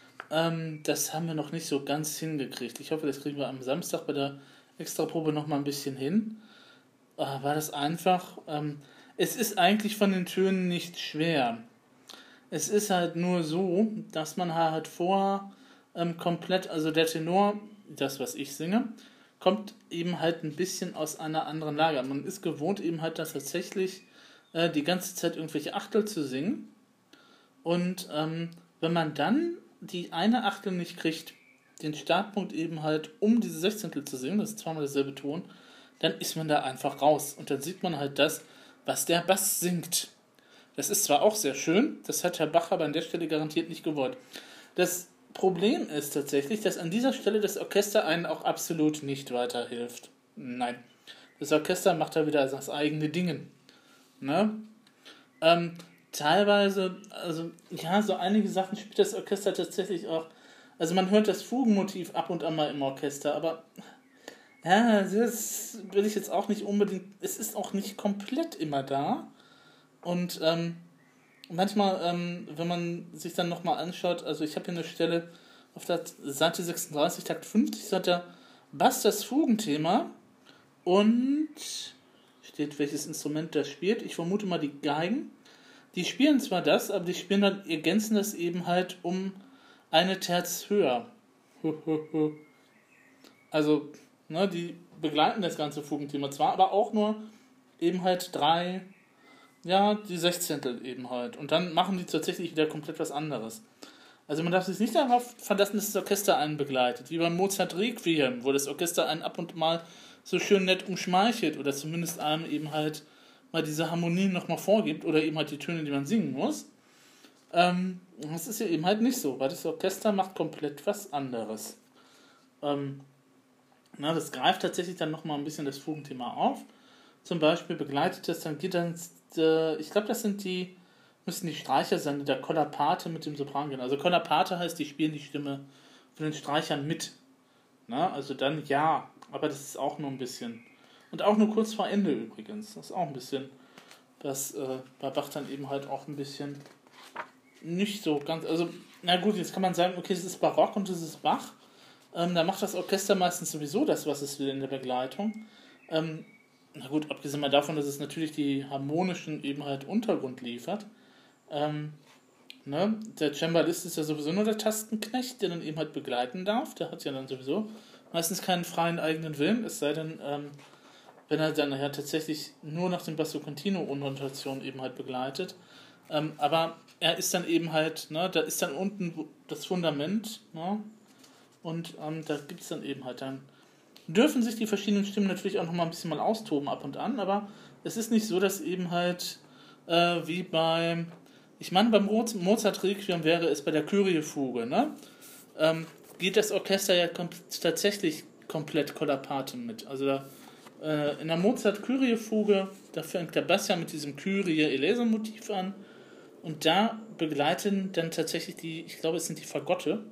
Das haben wir noch nicht so ganz hingekriegt. Ich hoffe, das kriegen wir am Samstag bei der Extraprobe noch mal ein bisschen hin. War das einfach... Ähm, es ist eigentlich von den Tönen nicht schwer. Es ist halt nur so, dass man halt vor ähm, komplett... Also der Tenor, das was ich singe, kommt eben halt ein bisschen aus einer anderen Lage. Man ist gewohnt eben halt das tatsächlich äh, die ganze Zeit irgendwelche Achtel zu singen. Und ähm, wenn man dann die eine Achtel nicht kriegt, den Startpunkt eben halt um diese Sechzehntel zu singen, das ist zweimal derselbe Ton, dann ist man da einfach raus. Und dann sieht man halt das, was der Bass singt. Das ist zwar auch sehr schön, das hat Herr Bach aber an der Stelle garantiert nicht gewollt. Das Problem ist tatsächlich, dass an dieser Stelle das Orchester einen auch absolut nicht weiterhilft. Nein. Das Orchester macht da wieder das eigene Ding. Ne? Ähm, teilweise, also ja, so einige Sachen spielt das Orchester tatsächlich auch. Also man hört das Fugenmotiv ab und an mal im Orchester, aber ja, das will ich jetzt auch nicht unbedingt. Es ist auch nicht komplett immer da. Und ähm, manchmal, ähm, wenn man sich dann nochmal anschaut, also ich habe hier eine Stelle auf der Seite sechsunddreißig, Takt fünfzig, sagt der Bass das Fugenthema und steht, welches Instrument das spielt. Ich vermute mal die Geigen. Die spielen zwar das, aber die spielen dann, ergänzen das eben halt um eine Terz höher. Also, ne, die begleiten das ganze Fugenthema zwar, aber auch nur eben halt drei, ja, die Sechzehntel eben halt. Und dann machen die tatsächlich wieder komplett was anderes. Also man darf sich nicht darauf verlassen, dass das Orchester einen begleitet, wie beim Mozart Requiem, wo das Orchester einen ab und mal so schön nett umschmeichelt oder zumindest einem eben halt mal diese Harmonien nochmal vorgibt oder eben halt die Töne, die man singen muss. Ähm, das ist ja eben halt nicht so, weil das Orchester macht komplett was anderes. Ähm, na, das greift tatsächlich dann nochmal ein bisschen das Fugenthema auf. Zum Beispiel begleitet das dann, geht dann, äh, ich glaube, das sind die, müssen die Streicher sein, die der Kollapate mit dem Sopran gehen. Also Kollapate heißt, die spielen die Stimme von den Streichern mit. Na, also dann ja, aber das ist auch nur ein bisschen. Und auch nur kurz vor Ende übrigens. Das ist auch ein bisschen, was äh, bei Bach dann eben halt auch ein bisschen nicht so ganz, also, na gut, jetzt kann man sagen, okay, das ist Barock und das ist Bach. Ähm, da macht das Orchester meistens sowieso das, was es will in der Begleitung. Ähm, na gut, abgesehen mal davon, dass es natürlich die harmonischen eben halt Untergrund liefert. Ähm, ne? Der Cembalist ist ja sowieso nur der Tastenknecht, der dann eben halt begleiten darf. Der hat ja dann sowieso meistens keinen freien eigenen Willen, es sei denn, ähm, wenn er dann ja tatsächlich nur nach dem Basso Continuo ohne Notation eben halt begleitet. Ähm, aber er ist dann eben halt, ne, da ist dann unten das Fundament, ne, und ähm, da gibt es dann eben halt dann, dürfen sich die verschiedenen Stimmen natürlich auch nochmal ein bisschen mal austoben ab und an, aber es ist nicht so, dass eben halt äh, wie beim, ich meine beim Mozart Requiem wäre es bei der Kyrie-Fuge, ne, ähm, geht das Orchester ja kom- tatsächlich komplett Kollapate mit, also da äh, in der Mozart-Kyrie-Fuge, da fängt der Bass ja mit diesem Kyrie-Eleison-Motiv an. Und da begleiten dann tatsächlich die, ich glaube, es sind die Fagotte,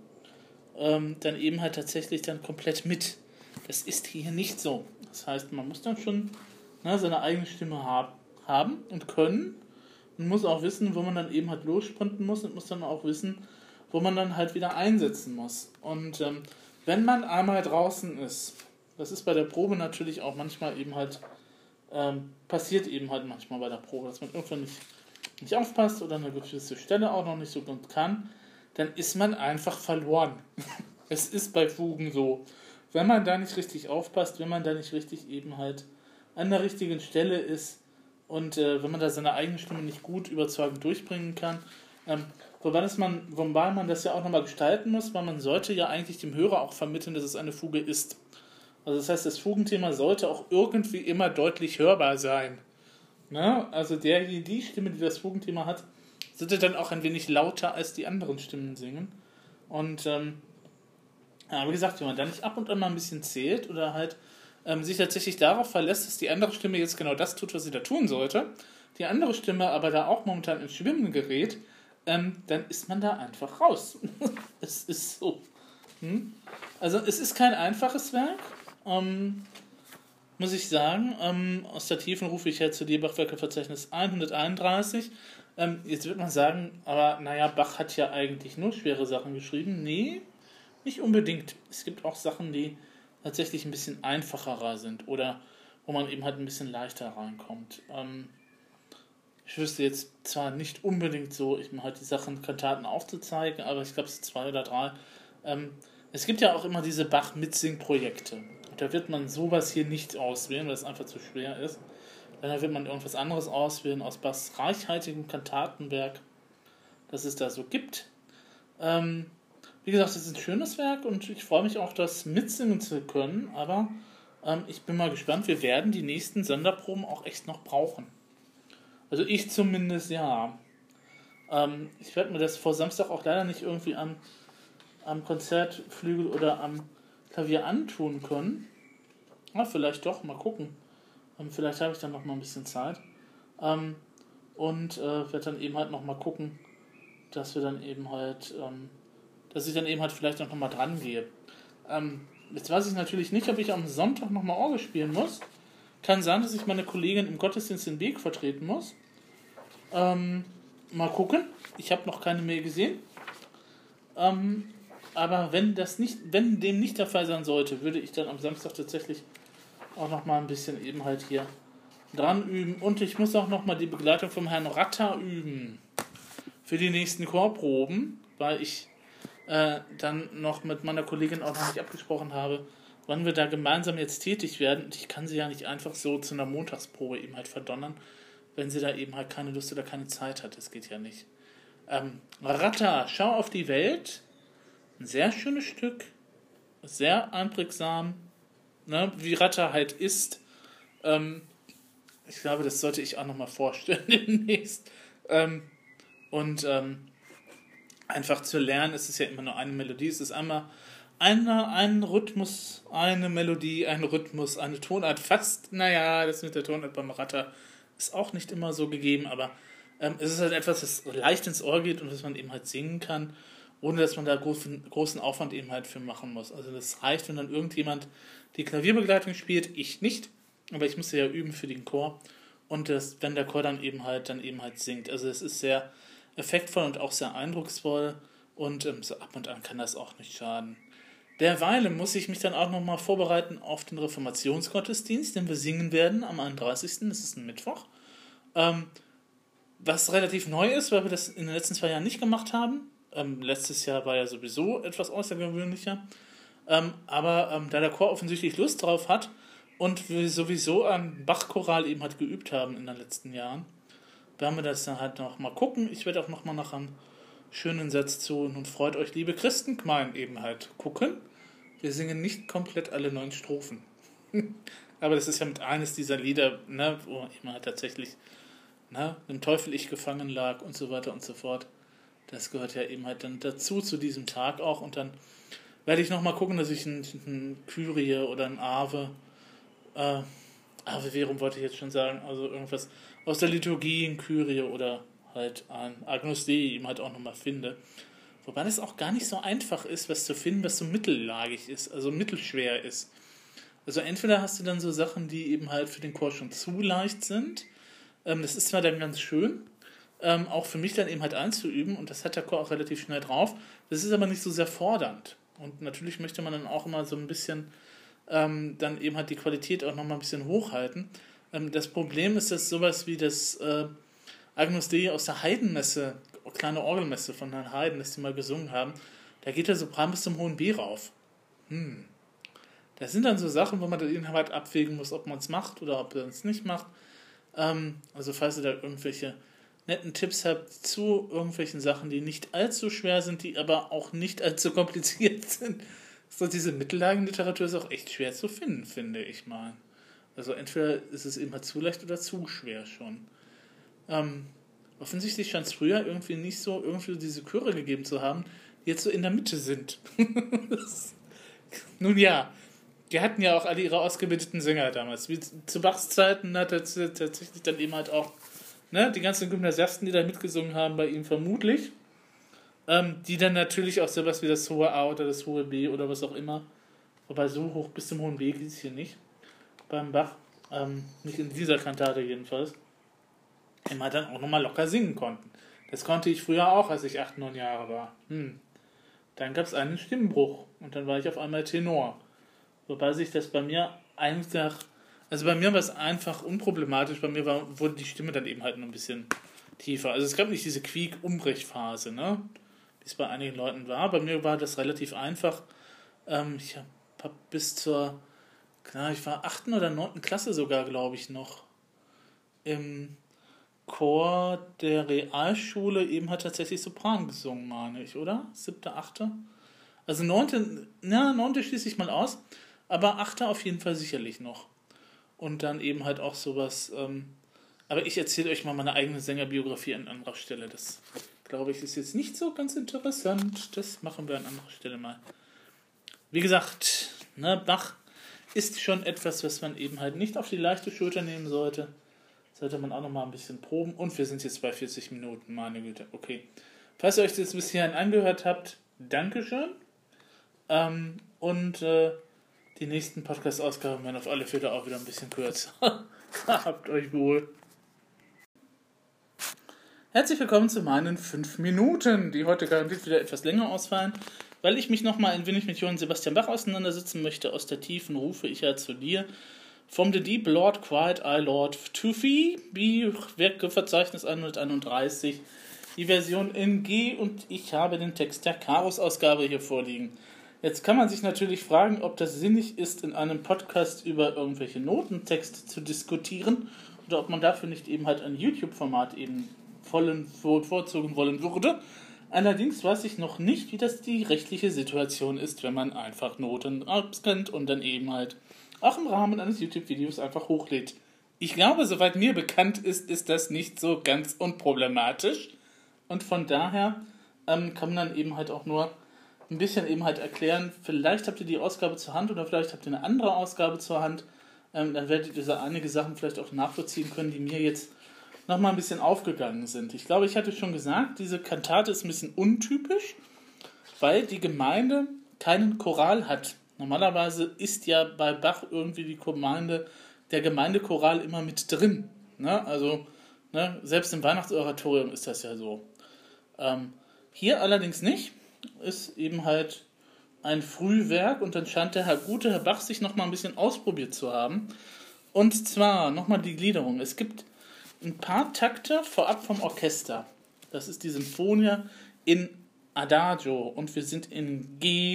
ähm, dann eben halt tatsächlich dann komplett mit. Das ist hier nicht so. Das heißt, man muss dann schon, ne, seine eigene Stimme hab, haben und können und muss auch wissen, wo man dann eben halt lossprinten muss und muss dann auch wissen, wo man dann halt wieder einsetzen muss. Und ähm, wenn man einmal draußen ist, das ist bei der Probe natürlich auch manchmal eben halt, ähm, passiert eben halt manchmal bei der Probe, dass man irgendwann nicht nicht aufpasst oder eine gewisse Stelle auch noch nicht so gut kann, dann ist man einfach verloren. Es ist bei Fugen so. Wenn man da nicht richtig aufpasst, wenn man da nicht richtig eben halt an der richtigen Stelle ist und äh, wenn man da seine eigene Stimme nicht gut überzeugend durchbringen kann, ähm, wobei, das man, wobei man das ja auch nochmal gestalten muss, weil man sollte ja eigentlich dem Hörer auch vermitteln, dass es eine Fuge ist. Also das heißt, das Fugenthema sollte auch irgendwie immer deutlich hörbar sein. Ne? Also der, die Stimme, die das Fugenthema hat, sollte dann auch ein wenig lauter als die anderen Stimmen singen. Und ähm, ja, wie gesagt, wenn man da nicht ab und an mal ein bisschen zählt oder halt ähm, sich tatsächlich darauf verlässt, dass die andere Stimme jetzt genau das tut, was sie da tun sollte, die andere Stimme aber da auch momentan ins Schwimmen gerät, ähm, dann ist man da einfach raus. Es ist so. Hm? Also es ist kein einfaches Werk. Ähm, muss ich sagen, ähm, aus der Tiefen rufe ich jetzt zu dir Bachwerkeverzeichnis hunderteinunddreißig. Ähm, jetzt wird man sagen, aber naja, Bach hat ja eigentlich nur schwere Sachen geschrieben. Nee, nicht unbedingt. Es gibt auch Sachen, die tatsächlich ein bisschen einfacherer sind oder wo man eben halt ein bisschen leichter reinkommt. Ähm, ich wüsste jetzt zwar nicht unbedingt so, ich mir halt die Sachen, Kantaten aufzuzeigen, aber ich glaube es sind zwei oder drei. Ähm, es gibt ja auch immer diese Bach-Mitsing-Projekte. Da wird man sowas hier nicht auswählen, weil es einfach zu schwer ist. Dann wird man irgendwas anderes auswählen aus Bachs reichhaltigem Kantatenwerk, das es da so gibt. Ähm, wie gesagt, es ist ein schönes Werk und ich freue mich auch, das mitsingen zu können, aber ähm, ich bin mal gespannt, wir werden die nächsten Sonderproben auch echt noch brauchen. Also ich zumindest, ja. Ähm, ich werde mir das vor Samstag auch leider nicht irgendwie am, am Konzertflügel oder am Klavier antun können. Ja, vielleicht doch, mal gucken. Ähm, vielleicht habe ich dann noch mal ein bisschen Zeit. Ähm, und äh, werde dann eben halt noch mal gucken, dass wir dann eben halt, ähm, dass ich dann eben halt vielleicht auch noch mal dran gehe. Ähm, jetzt weiß ich natürlich nicht, ob ich am Sonntag noch mal Orgel spielen muss. Kann sein, dass ich meine Kollegin im Gottesdienst den Weg vertreten muss. Ähm, mal gucken. Ich habe noch keine Mail gesehen. Ähm, aber wenn das nicht, wenn dem nicht der Fall sein sollte, würde ich dann am Samstag tatsächlich auch noch mal ein bisschen eben halt hier dran üben. Und ich muss auch noch mal die Begleitung vom Herrn Ratter üben für die nächsten Chorproben, weil ich äh, dann noch mit meiner Kollegin auch noch nicht abgesprochen habe, wann wir da gemeinsam jetzt tätig werden. Und ich kann sie ja nicht einfach so zu einer Montagsprobe eben halt verdonnern, wenn sie da eben halt keine Lust oder keine Zeit hat. Das geht ja nicht. Ähm, Ratter, schau auf die Welt. Ein sehr schönes Stück. Sehr einprägsam. Ne, wie Ratter halt ist. Ähm, ich glaube, das sollte ich auch nochmal vorstellen demnächst. Ähm, und ähm, einfach zu lernen, es ist ja immer nur eine Melodie. Es ist einmal eine, ein Rhythmus, eine Melodie, ein Rhythmus, eine Tonart. Fast, naja, das mit der Tonart beim Ratter ist auch nicht immer so gegeben, aber ähm, es ist halt etwas, das leicht ins Ohr geht und das man eben halt singen kann, ohne dass man da großen, großen Aufwand eben halt für machen muss. Also das reicht, wenn dann irgendjemand die Klavierbegleitung spielt, ich nicht, aber ich musste ja üben für den Chor und das, wenn der Chor dann eben halt dann eben halt singt. Also es ist sehr effektvoll und auch sehr eindrucksvoll und ähm, so ab und an kann das auch nicht schaden. Derweil muss ich mich dann auch nochmal vorbereiten auf den Reformationsgottesdienst, den wir singen werden am einunddreißigsten Das ist ein Mittwoch. Ähm, was relativ neu ist, weil wir das in den letzten zwei Jahren nicht gemacht haben. Ähm, letztes Jahr war ja sowieso etwas außergewöhnlicher. Ähm, aber ähm, da der Chor offensichtlich Lust drauf hat und wir sowieso am Bachchoral eben halt geübt haben in den letzten Jahren, werden wir das dann halt noch mal gucken. Ich werde auch noch mal nach einem schönen Satz zu "Nun freut euch, liebe Christengemeinde" eben halt gucken. Wir singen nicht komplett alle neun Strophen. Aber das ist ja mit eines dieser Lieder, ne, wo immer halt tatsächlich ne, dem Teufel ich gefangen lag und so weiter und so fort. Das gehört ja eben halt dann dazu, zu diesem Tag auch. Und dann werde ich nochmal gucken, dass ich ein, ein Kyrie oder ein Ave, äh, Ave Verum wollte ich jetzt schon sagen, also irgendwas aus der Liturgie, ein Kyrie oder halt ein Agnus Dei eben halt auch nochmal finde. Wobei das auch gar nicht so einfach ist, was zu finden, was so mittellagig ist, also mittelschwer ist. Also entweder hast du dann so Sachen, die eben halt für den Chor schon zu leicht sind. Ähm, das ist zwar dann ganz schön, ähm, auch für mich dann eben halt einzuüben und das hat der Chor auch relativ schnell drauf. Das ist aber nicht so sehr fordernd. Und natürlich möchte man dann auch immer so ein bisschen ähm, dann eben halt die Qualität auch nochmal ein bisschen hochhalten. Ähm, das Problem ist, dass sowas wie das äh, Agnus Dei aus der Heidenmesse, kleine Orgelmesse von Herrn Haydn, das die mal gesungen haben, da geht der Sopran bis zum hohen B rauf. Hm. Das sind dann so Sachen, wo man dann halt abwägen muss, ob man es macht oder ob man es nicht macht. Ähm, also falls ihr da irgendwelche netten Tipps habt zu irgendwelchen Sachen, die nicht allzu schwer sind, die aber auch nicht allzu kompliziert sind. So diese Mittellagenliteratur ist auch echt schwer zu finden, finde ich mal. Also entweder ist es immer zu leicht oder zu schwer schon. Ähm, offensichtlich scheint es früher irgendwie nicht so irgendwie diese Chöre gegeben zu haben, die jetzt so in der Mitte sind. Nun ja, die hatten ja auch alle ihre ausgebildeten Sänger damals. Wie zu Bachs Zeiten hat er tatsächlich dann eben halt auch ne, die ganzen Gymnasiasten, die da mitgesungen haben, bei ihm vermutlich. Ähm, die dann natürlich auch sowas wie das hohe A oder das hohe B oder was auch immer. Wobei so hoch bis zum hohen B geht es hier nicht. Beim Bach. Ähm, nicht in dieser Kantate jedenfalls. Immer dann auch nochmal locker singen konnten. Das konnte ich früher auch, als ich acht, neun Jahre war. Hm. Dann gab es einen Stimmbruch und dann war ich auf einmal Tenor. Wobei sich das bei mir einfach, also bei mir war es einfach unproblematisch, bei mir war, wurde die Stimme dann eben halt noch ein bisschen tiefer. Also es gab nicht diese Quiek-Umbrech-Phase, ne, wie es bei einigen Leuten war. Bei mir war das relativ einfach. Ähm, ich habe bis zur, klar, ich war achten oder neunten Klasse sogar, glaube ich, noch im Chor der Realschule eben hat tatsächlich Sopran gesungen, meine ich, oder? Siebte, achte? Also neunte, na, neunte schließe ich mal aus, aber achte auf jeden Fall sicherlich noch. Und dann eben halt auch sowas, ähm, aber ich erzähle euch mal meine eigene Sängerbiografie an anderer Stelle. Das, glaube ich, ist jetzt nicht so ganz interessant. Das machen wir an anderer Stelle mal. Wie gesagt, ne, Bach ist schon etwas, was man eben halt nicht auf die leichte Schulter nehmen sollte. Sollte man auch nochmal ein bisschen proben. Und wir sind jetzt bei vierzig Minuten, meine Güte. Okay. Falls ihr euch das bis hierhin angehört habt, Dankeschön. Ähm, und äh, die nächsten Podcast-Ausgaben werden auf alle Fälle auch wieder ein bisschen kürzer. Habt euch wohl. Herzlich willkommen zu meinen fünf Minuten, die heute garantiert wieder etwas länger ausfallen, weil ich mich nochmal ein wenig mit Johann Sebastian Bach auseinandersetzen möchte. Aus der Tiefen rufe ich ja zu dir. From the Deep, Lord, Quiet, I, Lord, to Fee, B, Werkverzeichnis hunderteinunddreißig, die Version in G, und ich habe den Text der Karus-Ausgabe hier vorliegen. Jetzt kann man sich natürlich fragen, ob das sinnig ist, in einem Podcast über irgendwelche Notentexte zu diskutieren oder ob man dafür nicht eben halt ein YouTube-Format eben vollen vorzogen wollen würde. Allerdings weiß ich noch nicht, wie das die rechtliche Situation ist, wenn man einfach Noten abscannt und dann eben halt auch im Rahmen eines YouTube-Videos einfach hochlädt. Ich glaube, soweit mir bekannt ist, ist das nicht so ganz unproblematisch. Und von daher ähm, kann man dann eben halt auch nur ein bisschen eben halt erklären, vielleicht habt ihr die Ausgabe zur Hand oder vielleicht habt ihr eine andere Ausgabe zur Hand. Ähm, dann werdet ihr so einige Sachen vielleicht auch nachvollziehen können, die mir jetzt nochmal ein bisschen aufgegangen sind. Ich glaube, ich hatte schon gesagt, diese Kantate ist ein bisschen untypisch, weil die Gemeinde keinen Choral hat. Normalerweise ist ja bei Bach irgendwie die Gemeinde, der Gemeindechoral immer mit drin. Ne? Also ne, selbst im Weihnachtsoratorium ist das ja so. Ähm, hier allerdings nicht. Ist eben halt ein Frühwerk und dann scheint der Herr gute Herr Bach sich nochmal ein bisschen ausprobiert zu haben. Und zwar nochmal die Gliederung. Es gibt ein paar Takte vorab vom Orchester. Das ist die Sinfonia in Adagio und wir sind in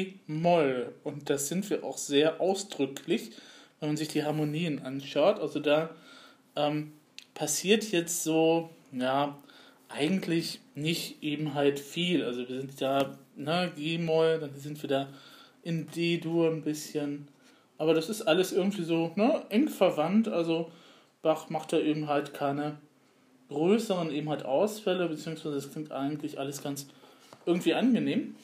G-Moll und das sind wir auch sehr ausdrücklich, wenn man sich die Harmonien anschaut. Also da ähm, passiert jetzt so, ja, eigentlich nicht eben halt viel. Also wir sind da, ne, G-Moll, dann sind wir da in D-Dur ein bisschen. Aber das ist alles irgendwie so, ne, eng verwandt. Also Bach macht da eben halt keine größeren eben halt Ausfälle, beziehungsweise es klingt eigentlich alles ganz irgendwie angenehm.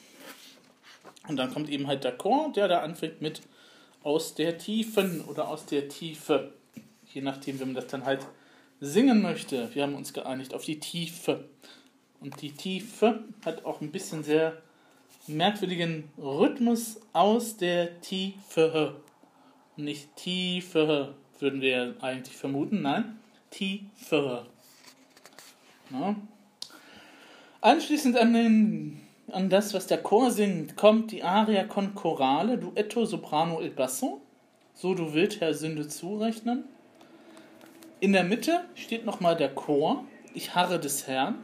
Und dann kommt eben halt der Chor, der da anfängt mit aus der Tiefen oder aus der Tiefe. Je nachdem, wenn man das dann halt singen möchte. Wir haben uns geeinigt auf die Tiefe. Und die Tiefe hat auch ein bisschen sehr merkwürdigen Rhythmus aus der Tiefe. Nicht Tiefe, würden wir eigentlich vermuten. Nein, Tiefe. Ja. Anschließend an, den, an das, was der Chor singt, kommt die Aria con Chorale, Duetto, Soprano e Basso. So du willst, Herr, Sünde zurechnen. In der Mitte steht nochmal der Chor, Ich harre des Herrn.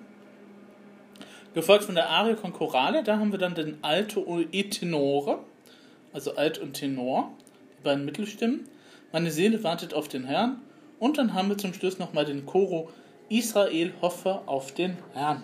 Gefolgt von der Aria con Chorale, da haben wir dann den Alto e Tenore, also Alt und Tenor, die beiden Mittelstimmen. Meine Seele wartet auf den Herrn. Und dann haben wir zum Schluss nochmal den Choro Israel hoffe auf den Herrn.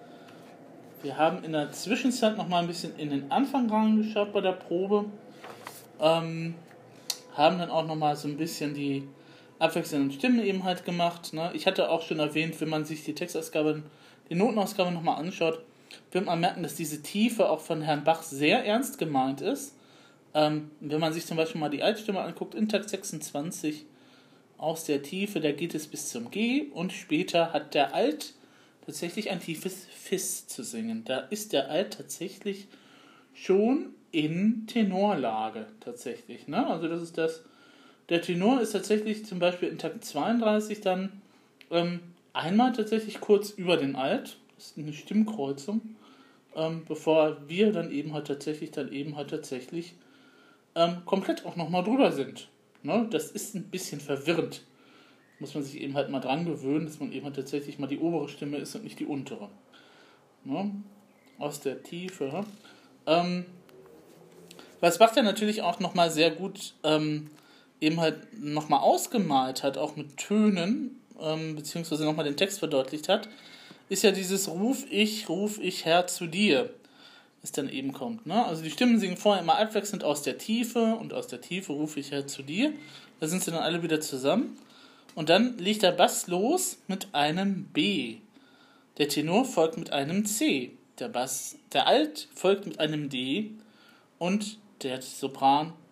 Wir haben in der Zwischenzeit nochmal ein bisschen in den Anfang reingeschaut bei der Probe. Ähm, haben dann auch nochmal so ein bisschen die abwechselnden Stimmen eben halt gemacht. Ne? Ich hatte auch schon erwähnt, wenn man sich die Textausgabe, die Notenausgabe nochmal anschaut, wird man merken, dass diese Tiefe auch von Herrn Bach sehr ernst gemeint ist. Ähm, wenn man sich zum Beispiel mal die Altstimme anguckt, in Takt sechsundzwanzig, aus der Tiefe, da geht es bis zum G und später hat der Alt tatsächlich ein tiefes Fis zu singen. Da ist der Alt tatsächlich schon in Tenorlage tatsächlich. Ne? Also das ist das. Der Tenor ist tatsächlich zum Beispiel in Takt zweiunddreißig dann ähm, einmal tatsächlich kurz über den Alt. Das ist eine Stimmkreuzung. Ähm, bevor wir dann eben halt tatsächlich dann eben halt tatsächlich ähm, komplett auch nochmal drüber sind. Ne? Das ist ein bisschen verwirrend. Muss man sich eben halt mal dran gewöhnen, dass man eben halt tatsächlich mal die obere Stimme ist und nicht die untere. Ne? Aus der Tiefe. Ähm, was Bach ja natürlich auch nochmal sehr gut ähm, eben halt nochmal ausgemalt hat, auch mit Tönen, ähm, beziehungsweise nochmal den Text verdeutlicht hat, ist ja dieses Ruf ich, ruf ich Herr zu dir, das dann eben kommt. Ne? Also die Stimmen singen vorher immer abwechselnd aus der Tiefe und aus der Tiefe rufe ich Herr zu dir. Da sind sie dann alle wieder zusammen. Und dann legt der Bass los mit einem B. Der Tenor folgt mit einem C. Der Bass, der Alt folgt mit einem D. Und der Sopran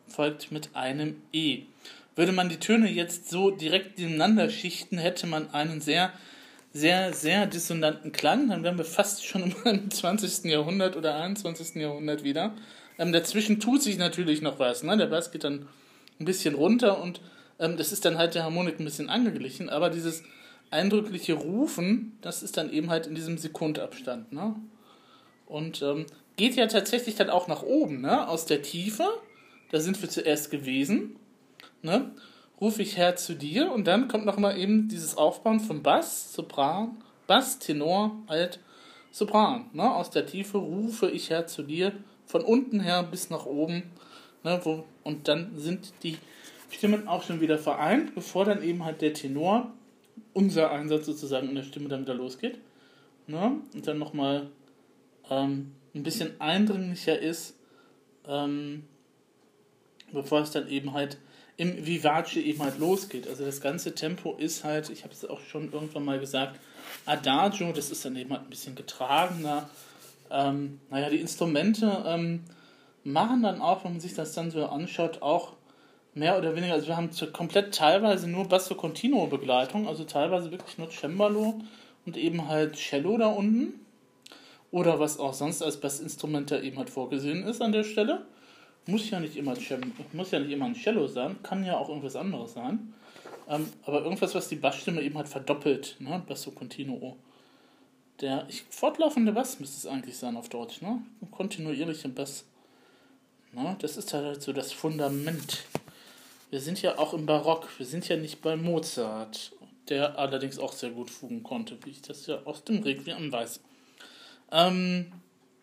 folgt mit einem E. Würde man die Töne jetzt so direkt nebeneinander schichten, hätte man einen sehr, sehr, sehr dissonanten Klang. Dann wären wir fast schon im zwanzigsten Jahrhundert oder einundzwanzigsten Jahrhundert wieder. Ähm, dazwischen tut sich natürlich noch was. Ne? Der Bass geht dann ein bisschen runter und ähm, das ist dann halt der Harmonik ein bisschen angeglichen. Aber dieses eindrückliche Rufen, das ist dann eben halt in diesem Sekundabstand. Ne? Und ähm, geht ja tatsächlich dann auch nach oben, ne? Aus der Tiefe. Da sind wir zuerst gewesen. Ne? Rufe ich her zu dir und dann kommt nochmal eben dieses Aufbauen von Bass, Sopran, Bass, Tenor, Alt, Sopran. Ne? Aus der Tiefe rufe ich her zu dir, von unten her bis nach oben. Ne? Wo, und dann sind die Stimmen auch schon wieder vereint, bevor dann eben halt der Tenor, unser Einsatz sozusagen in der Stimme, dann wieder losgeht. Ne? Und dann nochmal ähm, ein bisschen eindringlicher ist, ähm, bevor es dann eben halt im Vivace eben halt losgeht. Also das ganze Tempo ist halt, ich habe es auch schon irgendwann mal gesagt, Adagio, das ist dann eben halt ein bisschen getragener. Ähm, naja, die Instrumente ähm, machen dann auch, wenn man sich das dann so anschaut, auch mehr oder weniger, also wir haben komplett teilweise nur Basso Continuo Begleitung, also teilweise wirklich nur Cembalo und eben halt Cello da unten. Oder was auch sonst als Bassinstrument da eben halt vorgesehen ist an der Stelle. Muss ja nicht immer, muss ja nicht immer ein Cello sein, kann ja auch irgendwas anderes sein. Ähm, aber irgendwas, was die Bassstimme eben halt verdoppelt, ne? Basso Continuo. Der ich, fortlaufende Bass müsste es eigentlich sein auf Deutsch, ne? Ein kontinuierlicher Bass. Ne? Das ist halt so das Fundament. Wir sind ja auch im Barock, wir sind ja nicht bei Mozart, der allerdings auch sehr gut fugen konnte, wie ich das ja aus dem Requiem weiß. Ähm,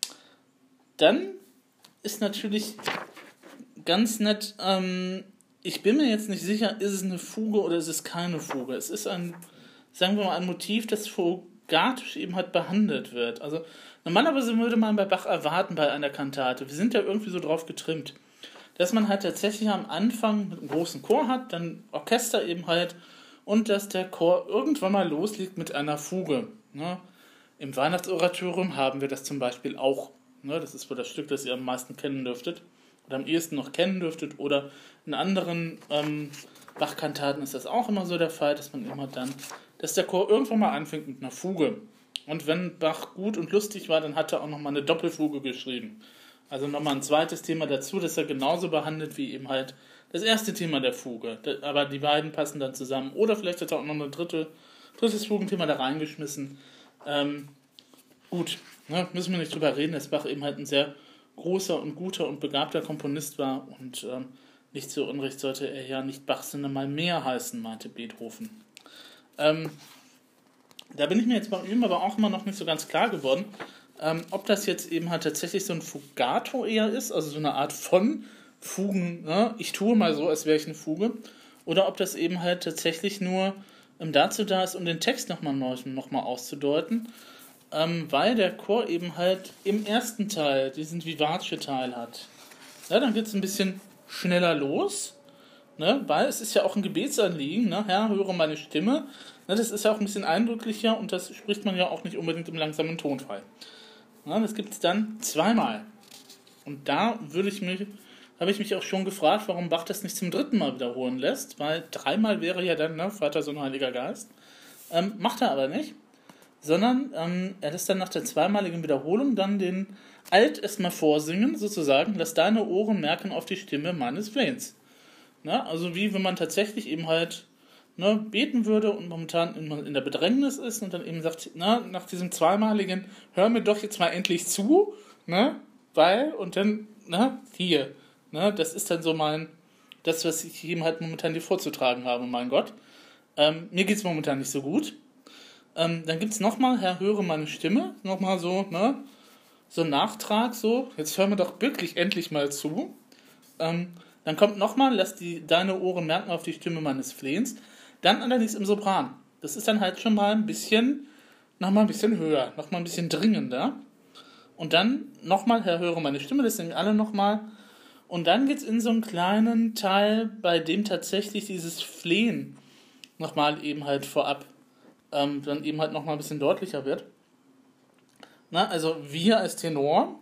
dann ist natürlich ganz nett, ähm, ich bin mir jetzt nicht sicher, ist es eine Fuge oder ist es keine Fuge. Es ist ein, sagen wir mal, ein Motiv, das fugatisch eben halt behandelt wird. Also normalerweise würde man bei Bach erwarten bei einer Kantate, wir sind ja irgendwie so drauf getrimmt, dass man halt tatsächlich am Anfang einen großen Chor hat, dann Orchester eben halt und dass der Chor irgendwann mal loslegt mit einer Fuge. Ne? Im Weihnachtsoratorium haben wir das zum Beispiel auch. Ne? Das ist wohl das Stück, das ihr am meisten kennen dürftet oder am ehesten noch kennen dürftet, oder in anderen ähm, Bach-Kantaten ist das auch immer so der Fall, dass man immer dann, dass der Chor irgendwann mal anfängt mit einer Fuge. Und wenn Bach gut und lustig war, dann hat er auch nochmal eine Doppelfuge geschrieben. Also nochmal ein zweites Thema dazu, das er genauso behandelt wie eben halt das erste Thema der Fuge. Aber die beiden passen dann zusammen. Oder vielleicht hat er auch noch ein dritte, drittes Fugenthema da reingeschmissen. Ähm, gut, ne, müssen wir nicht drüber reden, dass Bach eben halt ein sehr großer und guter und begabter Komponist war und ähm, nicht zu Unrecht sollte er ja nicht Bach, sondern mal mehr heißen, meinte Beethoven. Ähm, da bin ich mir jetzt bei ihm aber auch immer noch nicht so ganz klar geworden, ähm, ob das jetzt eben halt tatsächlich so ein Fugato eher ist, also so eine Art von Fugen, ne? Ich tue mal so, als wäre ich eine Fuge, oder ob das eben halt tatsächlich nur ähm, dazu da ist, um den Text nochmal noch mal auszudeuten, ähm, weil der Chor eben halt im ersten Teil diesen Vivace-Teil hat. Ja, dann geht es ein bisschen schneller los, ne? Weil es ist ja auch ein Gebetsanliegen, ne? Herr, höre meine Stimme. Ne? Das ist ja auch ein bisschen eindrücklicher und das spricht man ja auch nicht unbedingt im langsamen Tonfall. Ne? Das gibt es dann zweimal. Und da würde ich mich, habe ich mich auch schon gefragt, warum Bach das nicht zum dritten Mal wiederholen lässt, weil dreimal wäre ja dann, ne, Vater, Sohn, Heiliger Geist. Ähm, macht er aber nicht, sondern ähm, er lässt dann nach der zweimaligen Wiederholung dann den Alt erstmal vorsingen, sozusagen, lass deine Ohren merken auf die Stimme meines Flehens. Ne? Also wie wenn man tatsächlich eben halt, ne, beten würde und momentan in, in der Bedrängnis ist und dann eben sagt, na, nach diesem zweimaligen, hör mir doch jetzt mal endlich zu, ne, weil, und dann, na, hier, ne, das ist dann so mein, das, was ich ihm halt momentan dir vorzutragen habe, mein Gott. Ähm, mir geht's momentan nicht so gut. Ähm, dann gibt's nochmal, Herr, höre meine Stimme, nochmal so, ne, so ein Nachtrag, so, jetzt hör mir doch wirklich endlich mal zu. Ähm, dann kommt nochmal, lass die, deine Ohren merken auf die Stimme meines Flehens. Dann allerdings im Sopran. Das ist dann halt schon mal ein bisschen, nochmal ein bisschen höher, nochmal ein bisschen dringender. Und dann nochmal, Herr, höre meine Stimme, das sind alle nochmal. Und dann geht's in so einen kleinen Teil, bei dem tatsächlich dieses Flehen nochmal eben halt vorab ähm, dann eben halt nochmal ein bisschen deutlicher wird. Na, also wir als Tenor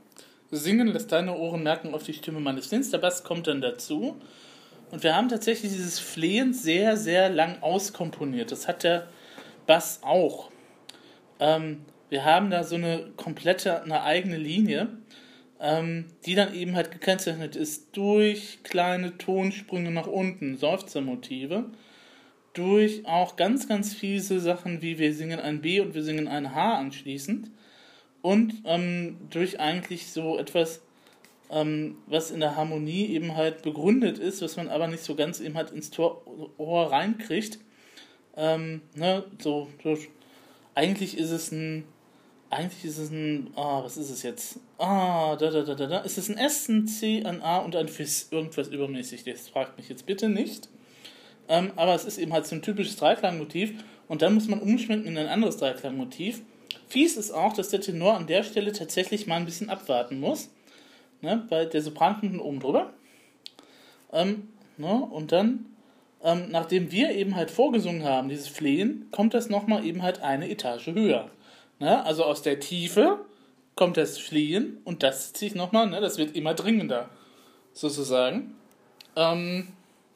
Singen lässt deine Ohren merken auf die Stimme meines Flehens. Der Bass kommt dann dazu. Und wir haben tatsächlich dieses Flehen sehr, sehr lang auskomponiert. Das hat der Bass auch. Ähm, wir haben da so eine komplette, eine eigene Linie, ähm, die dann eben halt gekennzeichnet ist durch kleine Tonsprünge nach unten, Seufzermotive, durch auch ganz, ganz fiese Sachen, wie wir singen ein B und wir singen ein H anschließend und ähm, durch eigentlich so etwas, ähm, was in der Harmonie eben halt begründet ist, was man aber nicht so ganz eben halt ins Tor, Ohr reinkriegt. Ähm, ne, so, so, eigentlich ist es ein, eigentlich ist es ein, ah, was ist es jetzt? Ah, da, da, da, da, da. Ist es ein S, ein C, ein A und ein Fis, irgendwas übermäßig, das fragt mich jetzt bitte nicht. Ähm, aber es ist eben halt so ein typisches Dreiklangmotiv und dann muss man umschwenken in ein anderes Dreiklangmotiv. Fies ist auch, dass der Tenor an der Stelle tatsächlich mal ein bisschen abwarten muss, ne, weil der Sopran kommt oben drüber. Ähm, ne, und dann, ähm, nachdem wir eben halt vorgesungen haben, dieses Flehen, kommt das nochmal eben halt eine Etage höher. Ne, also aus der Tiefe kommt das Flehen und das zieht sich nochmal, ne, das wird immer dringender, sozusagen. Ähm,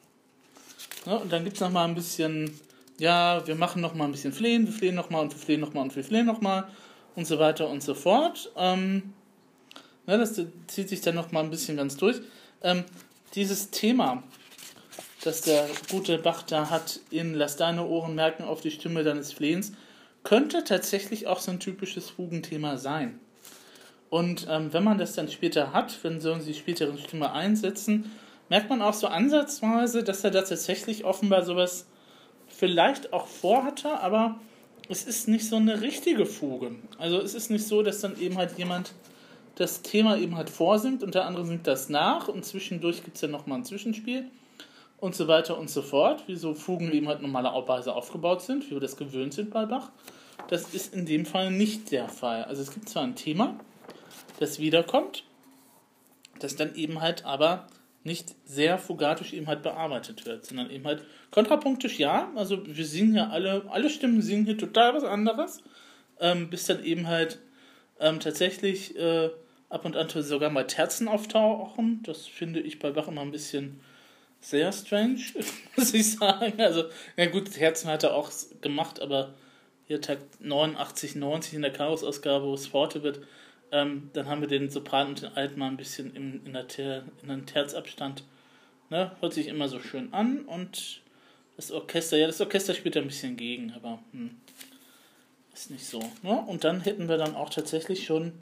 ne, und dann gibt es nochmal ein bisschen, ja, wir machen nochmal ein bisschen Flehen, wir flehen nochmal und wir flehen nochmal und wir flehen nochmal und so weiter und so fort. Ähm, ne, das zieht sich dann nochmal ein bisschen ganz durch. Ähm, dieses Thema, das der gute Bach da hat in Lass deine Ohren merken auf die Stimme deines Flehens, könnte tatsächlich auch so ein typisches Fugenthema sein. Und ähm, wenn man das dann später hat, wenn so die späteren Stimme einsetzen, merkt man auch so ansatzweise, dass er da tatsächlich offenbar sowas vielleicht auch vorhatte, aber es ist nicht so eine richtige Fuge. Also es ist nicht so, dass dann eben halt jemand das Thema eben halt vorsingt und der andere singt das nach und zwischendurch gibt es ja nochmal ein Zwischenspiel und so weiter und so fort, wie so Fugen eben halt normalerweise aufgebaut sind, wie wir das gewöhnt sind bei Bach. Das ist in dem Fall nicht der Fall. Also es gibt zwar ein Thema, das wiederkommt, das dann eben halt aber nicht sehr fugatisch eben halt bearbeitet wird, sondern eben halt kontrapunktisch, ja, also wir singen ja alle, alle Stimmen singen hier total was anderes, ähm, bis dann eben halt ähm, tatsächlich äh, ab und an sogar mal Terzen auftauchen. Das finde ich bei Bach immer ein bisschen sehr strange, muss ich sagen. Also, ja gut, Terzen hat er auch gemacht, aber hier Takt neunundachtzig, neunzig in der Chaos-Ausgabe, wo es Forte wird, ähm, dann haben wir den Sopran und den Alt mal ein bisschen in, in, der Ter, in einem Terzabstand. Ne? Hört sich immer so schön an und das Orchester, ja, das Orchester spielt ein bisschen gegen, aber hm, ist nicht so. Ne? Und dann hätten wir dann auch tatsächlich schon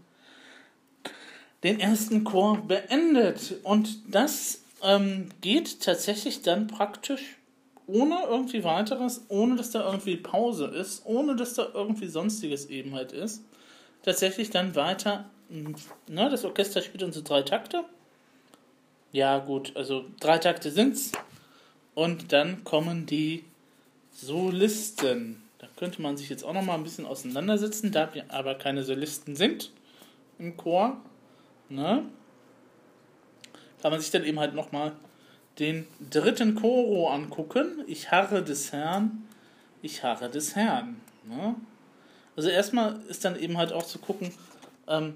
den ersten Chor beendet. Und das ähm, geht tatsächlich dann praktisch ohne irgendwie weiteres, ohne dass da irgendwie Pause ist, ohne dass da irgendwie sonstiges eben halt ist, tatsächlich dann weiter, ne, das Orchester spielt unsere drei Takte. Ja gut, also drei Takte sind's. Und dann kommen die Solisten. Da könnte man sich jetzt auch nochmal ein bisschen auseinandersetzen, da wir aber keine Solisten sind im Chor, ne, kann man sich dann eben halt nochmal den dritten Choro angucken. Ich harre des Herrn, ich harre des Herrn. Ne? Also erstmal ist dann eben halt auch zu gucken, ähm,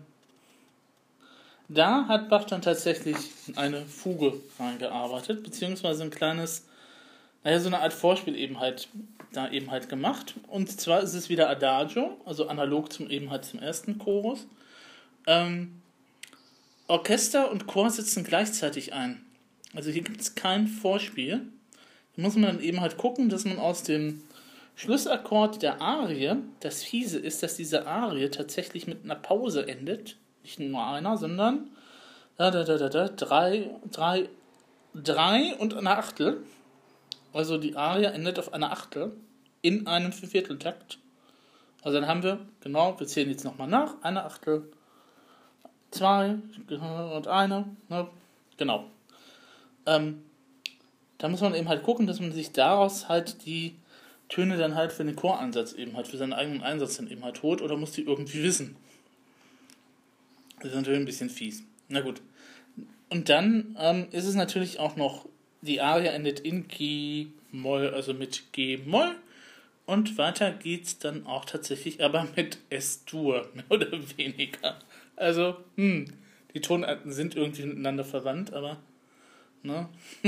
da hat Bach dann tatsächlich eine Fuge reingearbeitet, beziehungsweise ein kleines, naja, so eine Art Vorspiel eben halt da eben halt gemacht. Und zwar ist es wieder Adagio, also analog zum eben halt zum ersten Chorus. Ähm, Orchester und Chor sitzen gleichzeitig ein. Also hier gibt es kein Vorspiel. Hier muss man dann eben halt gucken, dass man aus dem Schlussakkord der Arie, das Fiese ist, dass diese Arie tatsächlich mit einer Pause endet. Nicht nur einer, sondern da, da, da, da, da, drei, drei, drei und eine Achtel. Also die Arie endet auf einer Achtel in einem Viervierteltakt. Also dann haben wir, genau, wir zählen jetzt nochmal nach, eine Achtel, zwei und eine, ne, genau. Ähm, da muss man eben halt gucken, dass man sich daraus halt die Töne dann halt für den Choransatz eben halt, für seinen eigenen Einsatz dann eben halt holt oder muss die irgendwie wissen. Das ist natürlich ein bisschen fies. Na gut. Und dann ähm, ist es natürlich auch noch, die Arie endet in G-Moll, also mit G-Moll. Und weiter geht's dann auch tatsächlich aber mit S-Dur, mehr oder weniger. Also, hm, die Tonarten sind irgendwie miteinander verwandt, aber, ne?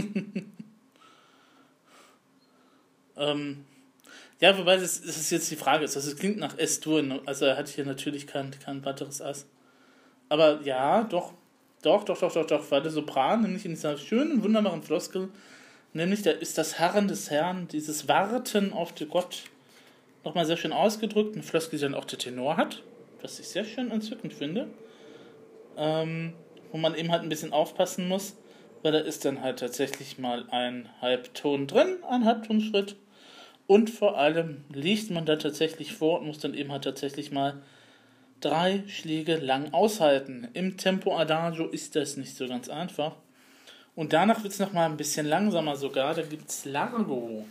ähm, ja, wobei es ist jetzt die Frage ist, also es klingt nach S-Dur, ne? Also er hat hier natürlich kein, kein weiteres Ass. Aber ja, doch, doch, doch, doch, doch, doch, weil der Sopran, nämlich in dieser schönen, wunderbaren Floskel, nämlich da ist das Harren des Herrn, dieses Warten auf den Gott, nochmal sehr schön ausgedrückt, eine Floskel, die dann auch der Tenor hat, was ich sehr schön entzückend finde, ähm, wo man eben halt ein bisschen aufpassen muss, weil da ist dann halt tatsächlich mal ein Halbton drin, ein Halbtonschritt, und vor allem liest man da tatsächlich vor und muss dann eben halt tatsächlich mal drei Schläge lang aushalten. Im Tempo Adagio ist das nicht so ganz einfach. Und danach wird es nochmal ein bisschen langsamer sogar. Da gibt es Largo.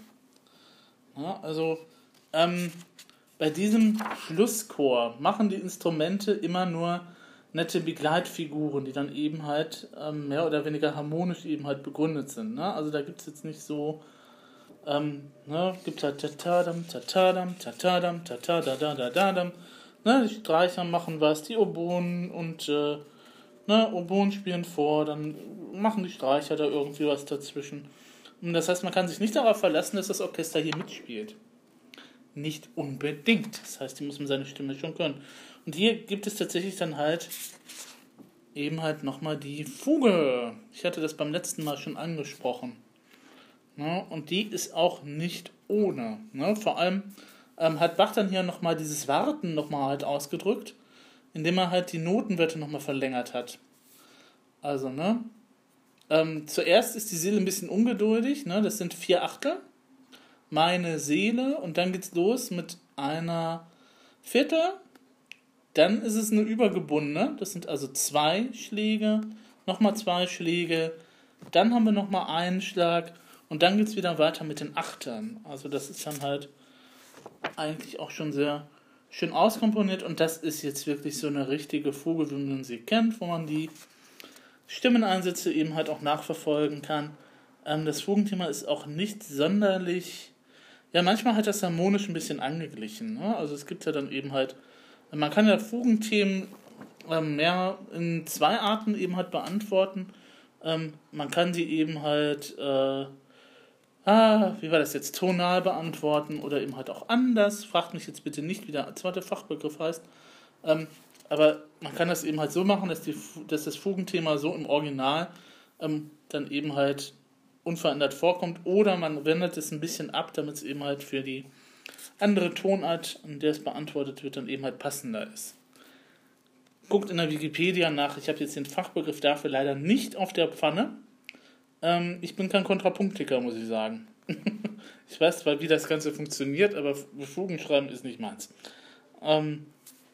Ja, also ähm, bei diesem Schlusschor machen die Instrumente immer nur nette Begleitfiguren, die dann eben halt ähm, mehr oder weniger harmonisch eben halt begründet sind. Ne? Also da gibt es jetzt nicht so, ähm, ne, gibt es halt tatadam, tatadam, tatadam, tatadadadadam. Ne, die Streicher machen was, die Oboen und äh, ne, Oboen spielen vor, dann machen die Streicher da irgendwie was dazwischen. Und das heißt, man kann sich nicht darauf verlassen, dass das Orchester hier mitspielt. Nicht unbedingt. Das heißt, hier muss man seine Stimme schon können. Und hier gibt es tatsächlich dann halt eben halt nochmal die Fuge. Ich hatte das beim letzten Mal schon angesprochen. Ne, und die ist auch nicht ohne. Ne, vor allem Ähm, hat Bach dann hier nochmal dieses Warten nochmal halt ausgedrückt, indem er halt die Notenwerte nochmal verlängert hat. Also, ne? Ähm, zuerst ist die Seele ein bisschen ungeduldig, ne? Das sind vier Achtel. Meine Seele, und dann geht's los mit einer Viertel. Dann ist es eine übergebundene, das sind also zwei Schläge, nochmal zwei Schläge, dann haben wir nochmal einen Schlag und dann geht's wieder weiter mit den Achtern. Also das ist dann halt eigentlich auch schon sehr schön auskomponiert und das ist jetzt wirklich so eine richtige Fuge, wie man sie kennt, wo man die Stimmeneinsätze eben halt auch nachverfolgen kann. Ähm, das Fugenthema ist auch nicht sonderlich, ja, manchmal hat das harmonisch ein bisschen angeglichen, ne? Also es gibt ja dann eben halt, man kann ja Fugenthemen ähm, mehr in zwei Arten eben halt beantworten. Ähm, man kann sie eben halt äh, Ah, wie war das jetzt? Tonal beantworten oder eben halt auch anders. Fragt mich jetzt bitte nicht, wie der zweite Fachbegriff heißt. Ähm, aber man kann das eben halt so machen, dass, die, dass das Fugenthema so im Original ähm, dann eben halt unverändert vorkommt. Oder man wendet es ein bisschen ab, damit es eben halt für die andere Tonart, an der es beantwortet wird, dann eben halt passender ist. Guckt in der Wikipedia nach. Ich habe jetzt den Fachbegriff dafür leider nicht auf der Pfanne. Ich bin kein Kontrapunktiker, muss ich sagen. Ich weiß zwar, wie das Ganze funktioniert, aber Fugen schreiben ist nicht meins. Ähm,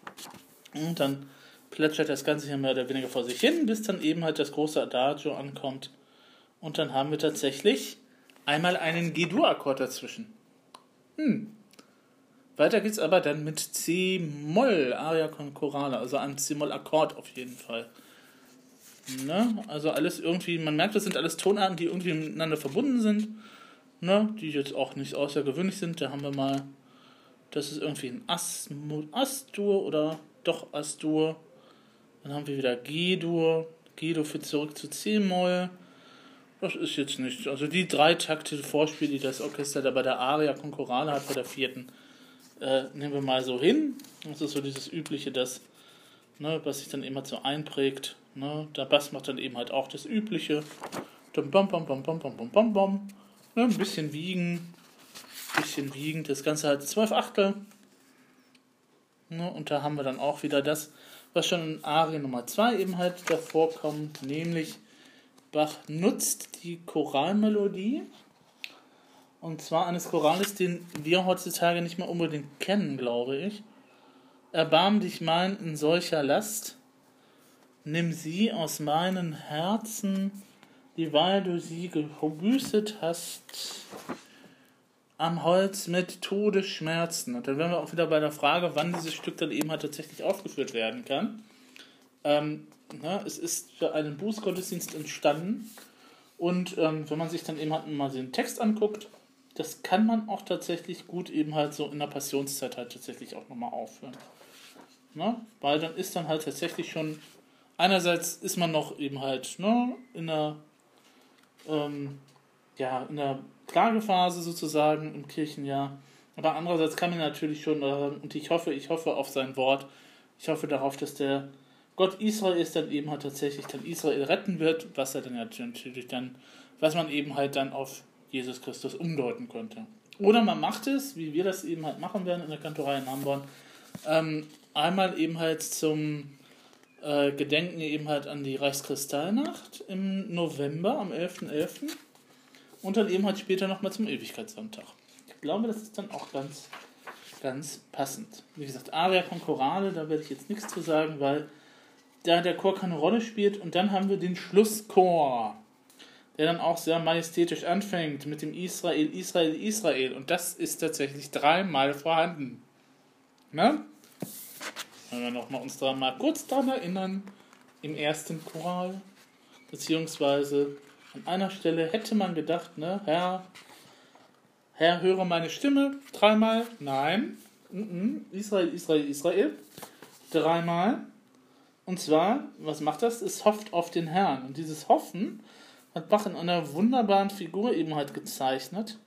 und dann plätschert das Ganze hier mehr oder weniger vor sich hin, bis dann eben halt das große Adagio ankommt. Und dann haben wir tatsächlich einmal einen G-Dur-Akkord dazwischen. Hm. Weiter geht's aber dann mit C-Moll, Aria con Chorale, also einem C-Moll-Akkord auf jeden Fall. Ne? Also alles irgendwie, man merkt, das sind alles Tonarten, die irgendwie miteinander verbunden sind, ne? Die jetzt auch nicht außergewöhnlich sind. Da haben wir mal, das ist irgendwie ein Ass, Ass-Dur oder doch Ass-Dur. Dann haben wir wieder G-Dur, G-Dur für zurück zu C-Moll. Das ist jetzt nicht, also die drei Takte Vorspiel, die das Orchester da bei der Aria con Chorale hat, bei der vierten, äh, nehmen wir mal so hin. Das ist so dieses Übliche, das, ne, was sich dann immer so einprägt. Ne, der Bass macht dann eben halt auch das Übliche. Bam, bam, bam, bam, bam, bam, bam, bam. Ne, ein bisschen wiegen. Ein bisschen wiegen. Das Ganze halt zwölf Achtel. Ne, und da haben wir dann auch wieder das, was schon in Arie Nummer zwei eben halt davor kommt. Nämlich Bach nutzt die Choralmelodie. Und zwar eines Chorales, den wir heutzutage nicht mehr unbedingt kennen, glaube ich. Erbarm dich mein in solcher Last. Nimm sie aus meinen Herzen, dieweil du sie gebüßet hast, am Holz mit Todesschmerzen. Und dann wären wir auch wieder bei der Frage, wann dieses Stück dann eben halt tatsächlich aufgeführt werden kann. Ähm, na, es ist für einen Bußgottesdienst entstanden und ähm, wenn man sich dann eben halt mal den Text anguckt, das kann man auch tatsächlich gut eben halt so in der Passionszeit halt tatsächlich auch nochmal aufführen. Na, weil dann ist dann halt tatsächlich schon einerseits ist man noch eben halt ne, in einer ähm, ja, in der Klagephase sozusagen im Kirchenjahr. Aber andererseits kann man natürlich schon, und ich hoffe, ich hoffe auf sein Wort, ich hoffe darauf, dass der Gott Israels dann eben halt tatsächlich dann Israel retten wird, was er dann natürlich dann, was man eben halt dann auf Jesus Christus umdeuten könnte. Oder man macht es, wie wir das eben halt machen werden in der Kantorei in Hamborn, ähm, einmal eben halt zum äh, Gedenken eben halt an die Reichskristallnacht im November, am elften elften und dann eben halt später nochmal zum Ewigkeitssonntag. Ich glaube, das ist dann auch ganz, ganz passend. Wie gesagt, Aria con Chorale, da werde ich jetzt nichts zu sagen, weil da der Chor keine Rolle spielt. Und dann haben wir den Schlusschor, der dann auch sehr majestätisch anfängt mit dem Israel, Israel, Israel. Und das ist tatsächlich dreimal vorhanden. Ne? Wenn wir noch mal uns da mal kurz daran erinnern, im ersten Choral, beziehungsweise an einer Stelle hätte man gedacht, ne, Herr, Herr, höre meine Stimme, dreimal, nein, Israel, Israel, Israel, dreimal. Und zwar, was macht das? Es hofft auf den Herrn. Und dieses Hoffen hat Bach in einer wunderbaren Figur eben halt gezeichnet,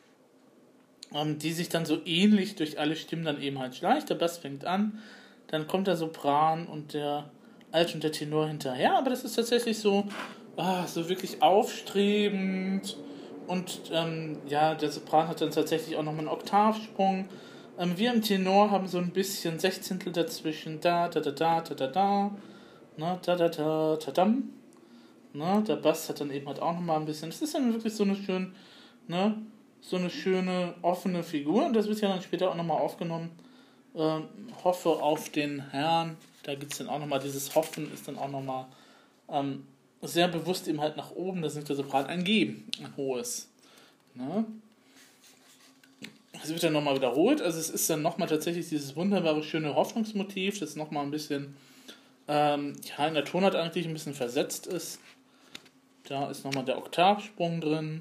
ähm, die sich dann so ähnlich durch alle Stimmen dann eben halt schleicht. Der Bass fängt an, dann kommt der Sopran und der Alt und der Tenor hinterher. Aber das ist tatsächlich so, ah, so wirklich aufstrebend. Und ähm, ja, der Sopran hat dann tatsächlich auch nochmal einen Oktavsprung. Ähm, wir im Tenor haben so ein bisschen Sechzehntel dazwischen. Da, da, da, da, da, da, da. Na, da, da, da, da, dam. Na, der Bass hat dann eben halt auch nochmal ein bisschen. Das ist dann wirklich so eine schön, ne, so eine schöne, offene Figur. Und das wird ja dann später auch nochmal aufgenommen. Ähm, hoffe auf den Herrn. Da gibt es dann auch nochmal, dieses Hoffen ist dann auch nochmal ähm, sehr bewusst eben halt nach oben. Da singt der Sopran ein G, ein hohes. Ne? Es wird dann nochmal wiederholt, also es ist dann nochmal tatsächlich dieses wunderbare, schöne Hoffnungsmotiv, das nochmal ein bisschen, ähm, ja, in der Tonart eigentlich ein bisschen versetzt ist. Da ist nochmal der Oktavsprung drin.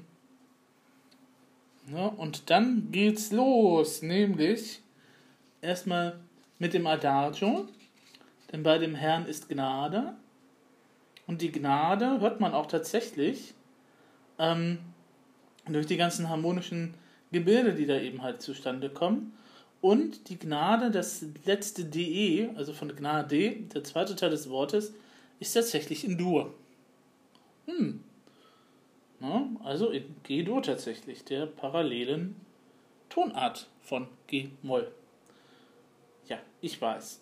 Ja, und dann geht's los, nämlich erstmal mit dem Adagio, denn bei dem Herrn ist Gnade. Und die Gnade hört man auch tatsächlich ähm, durch die ganzen harmonischen Gebilde, die da eben halt zustande kommen. Und die Gnade, das letzte De, also von Gnade, der zweite Teil des Wortes, ist tatsächlich in Dur. Hm. Na, also in G-Dur tatsächlich, der parallelen Tonart von G-Moll. Ja, ich weiß.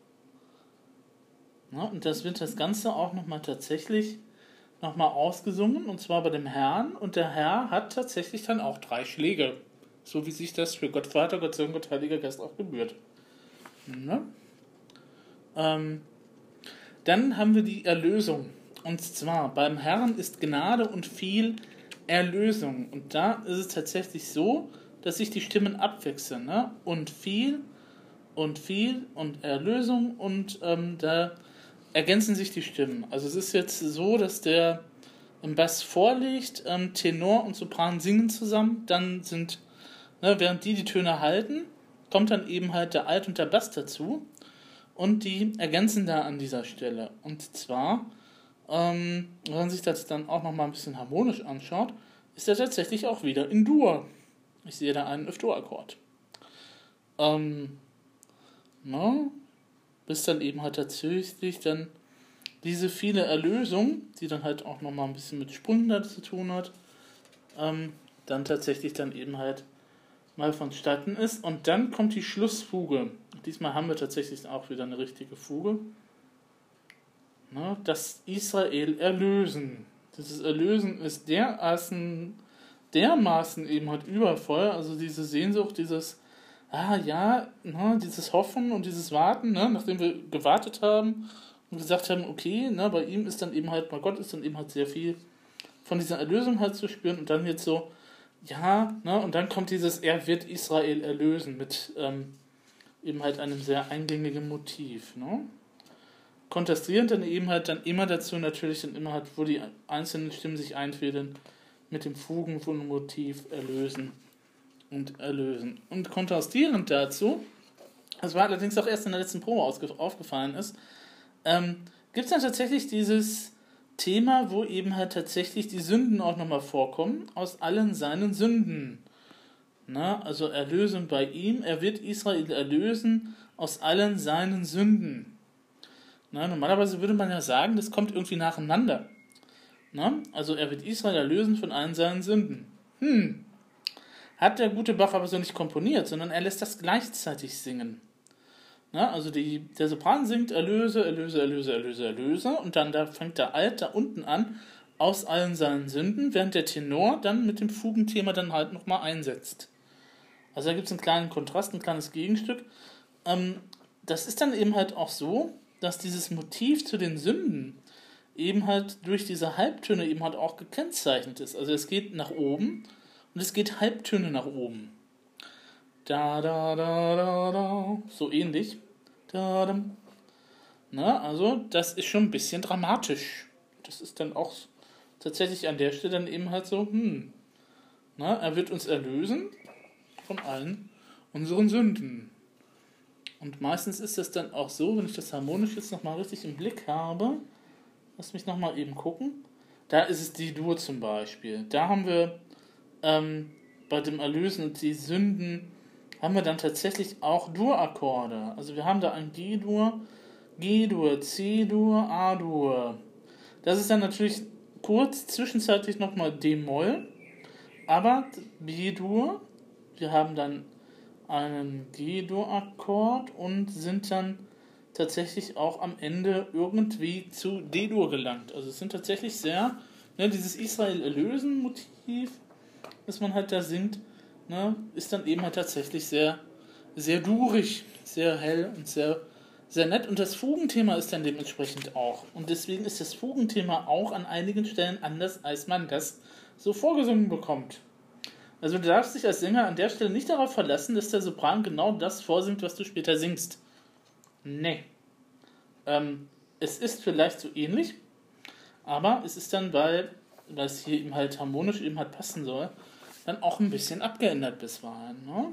Na, und das wird das Ganze auch nochmal tatsächlich nochmal ausgesungen, und zwar bei dem Herrn, und der Herr hat tatsächlich dann auch drei Schläge, so wie sich das für Gott Vater, Gott Sohn, Gott Heiliger Geist auch gebührt. Ne? Ähm, dann haben wir die Erlösung, und zwar beim Herrn ist Gnade und viel Erlösung, und da ist es tatsächlich so, dass sich die Stimmen abwechseln, ne? Und viel und viel und Erlösung, und ähm, da ergänzen sich die Stimmen. Also es ist jetzt so, dass der im Bass vorliegt, ähm, Tenor und Sopran singen zusammen, dann sind, ne, während die die Töne halten, kommt dann eben halt der Alt und der Bass dazu, und die ergänzen da an dieser Stelle. Und zwar, ähm, wenn man sich das dann auch nochmal ein bisschen harmonisch anschaut, ist er tatsächlich auch wieder in Dur. Ich sehe da einen F-Dur-Akkord. Ähm, ne? Bis dann eben halt tatsächlich dann diese viele Erlösung, die dann halt auch nochmal ein bisschen mit Sprüngen da zu tun hat, ähm, dann tatsächlich dann eben halt mal vonstatten ist. Und dann kommt die Schlussfuge. Diesmal haben wir tatsächlich auch wieder eine richtige Fuge. Na, das Israel erlösen. Dieses Erlösen ist dermaßen, dermaßen eben halt übervoll, also diese Sehnsucht, dieses ah ja, ne, dieses Hoffen und dieses Warten, ne, nachdem wir gewartet haben und gesagt haben, okay, ne, bei ihm ist dann eben halt, bei Gott ist dann eben halt sehr viel von dieser Erlösung halt zu spüren, und dann jetzt so, ja, ne, und dann kommt dieses, er wird Israel erlösen mit ähm, eben halt einem sehr eingängigen Motiv, ne. Kontrastierend dann eben halt dann immer dazu natürlich dann immer halt, wo die einzelnen Stimmen sich einfädeln, mit dem Fugenmotiv erlösen und erlösen. Und kontrastierend dazu, das war allerdings auch erst in der letzten Probe aufgefallen ist, ähm, gibt es dann tatsächlich dieses Thema, wo eben halt tatsächlich die Sünden auch nochmal vorkommen, aus allen seinen Sünden. Na, also erlösen bei ihm, er wird Israel erlösen aus allen seinen Sünden. Na, normalerweise würde man ja sagen, das kommt irgendwie nacheinander. Na, also er wird Israel erlösen von allen seinen Sünden. Hm, hat der gute Bach aber so nicht komponiert, sondern er lässt das gleichzeitig singen. Na, also die, der Sopran singt Erlöse, Erlöse, Erlöse, Erlöse, Erlöse und dann da fängt der Alt da unten an, aus allen seinen Sünden, während der Tenor dann mit dem Fugenthema dann halt nochmal einsetzt. Also da gibt es einen kleinen Kontrast, ein kleines Gegenstück. Ähm, das ist dann eben halt auch so, dass dieses Motiv zu den Sünden eben halt durch diese Halbtöne eben halt auch gekennzeichnet ist. Also es geht nach oben und es geht Halbtöne nach oben. Da, da, da, da, da. So ähnlich. Da, da. Na, also das ist schon ein bisschen dramatisch. Das ist dann auch tatsächlich an der Stelle dann eben halt so, hm, na, er wird uns erlösen von allen unseren Sünden. Und meistens ist das dann auch so, wenn ich das harmonisch jetzt nochmal richtig im Blick habe, lass mich nochmal eben gucken, da ist es D-Dur zum Beispiel. Da haben wir ähm, bei dem Erlösen und die Sünden haben wir dann tatsächlich auch Dur-Akkorde. Also wir haben da ein G-Dur, G-Dur, C-Dur, A-Dur. Das ist dann natürlich kurz zwischenzeitlich nochmal D-Moll, aber B-Dur, wir haben dann einen G-Dur-Akkord und sind dann tatsächlich auch am Ende irgendwie zu D-Dur gelangt. Also es sind tatsächlich sehr, ne, dieses Israel-Erlösen-Motiv, das man halt da singt, ne, ist dann eben halt tatsächlich sehr, sehr durig, sehr hell und sehr, sehr nett. Und das Fugenthema ist dann dementsprechend auch. Und deswegen ist das Fugenthema auch an einigen Stellen anders, als man das so vorgesungen bekommt. Also du darfst dich als Sänger an der Stelle nicht darauf verlassen, dass der Sopran genau das vorsingt, was du später singst. Nee. Ähm, es ist vielleicht so ähnlich, aber es ist dann, weil das hier eben halt harmonisch eben halt passen soll, dann auch ein bisschen abgeändert bisweilen. Ne?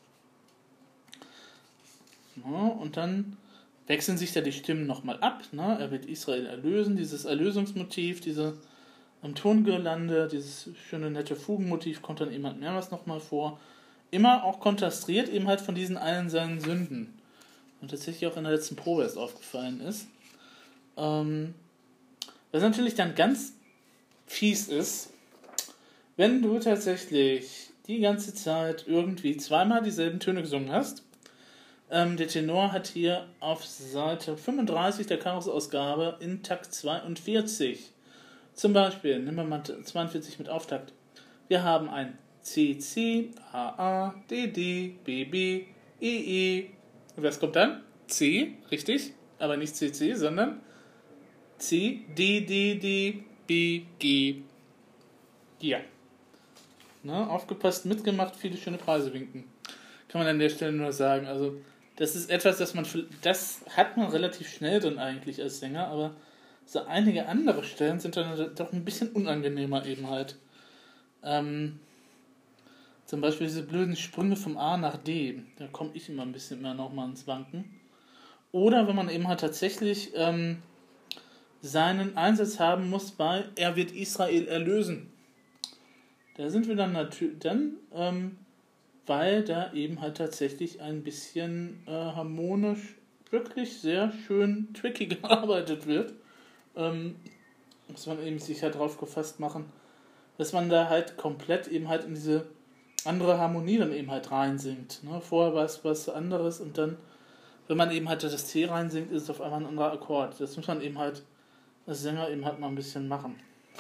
Ne? Und dann wechseln sich da die Stimmen nochmal ab. Ne? Er wird Israel erlösen, dieses Erlösungsmotiv, diese am Tongirlande, dieses schöne nette Fugenmotiv kommt dann eben halt mehrmals nochmal vor. Immer auch kontrastiert eben halt von diesen allen seinen Sünden. Und tatsächlich auch in der letzten Probe erst aufgefallen ist. Ähm, was natürlich dann ganz fies ist, wenn du tatsächlich die ganze Zeit irgendwie zweimal dieselben Töne gesungen hast. Ähm, der Tenor hat hier auf Seite fünfunddreißig der Chorus-Ausgabe in Takt zweiundvierzig. Zum Beispiel, nehmen wir mal zweiundvierzig mit Auftakt. Wir haben ein C C, A A, D D, B B, E E. Und was kommt dann? C, richtig, aber nicht C C, sondern C, D, D, D, B, G. Ja. Na, aufgepasst, mitgemacht, viele schöne Preise winken. Kann man an der Stelle nur sagen. Also, das ist etwas, das man, das hat man relativ schnell drin eigentlich als Sänger, aber so einige andere Stellen sind dann doch ein bisschen unangenehmer eben halt. Ähm, zum Beispiel diese blöden Sprünge vom A nach D. Da komme ich immer ein bisschen mehr nochmal ins Wanken. Oder wenn man eben halt tatsächlich ähm, seinen Einsatz haben muss bei Er wird Israel erlösen. Da sind wir dann natürlich dann, ähm, weil da eben halt tatsächlich ein bisschen äh, harmonisch wirklich sehr schön tricky gearbeitet wird. Ähm, muss man eben sich halt drauf gefasst machen, dass man da halt komplett eben halt in diese andere Harmonie dann eben halt reinsingt. Ne? Vorher war es was anderes und dann, wenn man eben halt das C reinsingt, ist es auf einmal ein anderer Akkord. Das muss man eben halt als Sänger eben halt mal ein bisschen machen.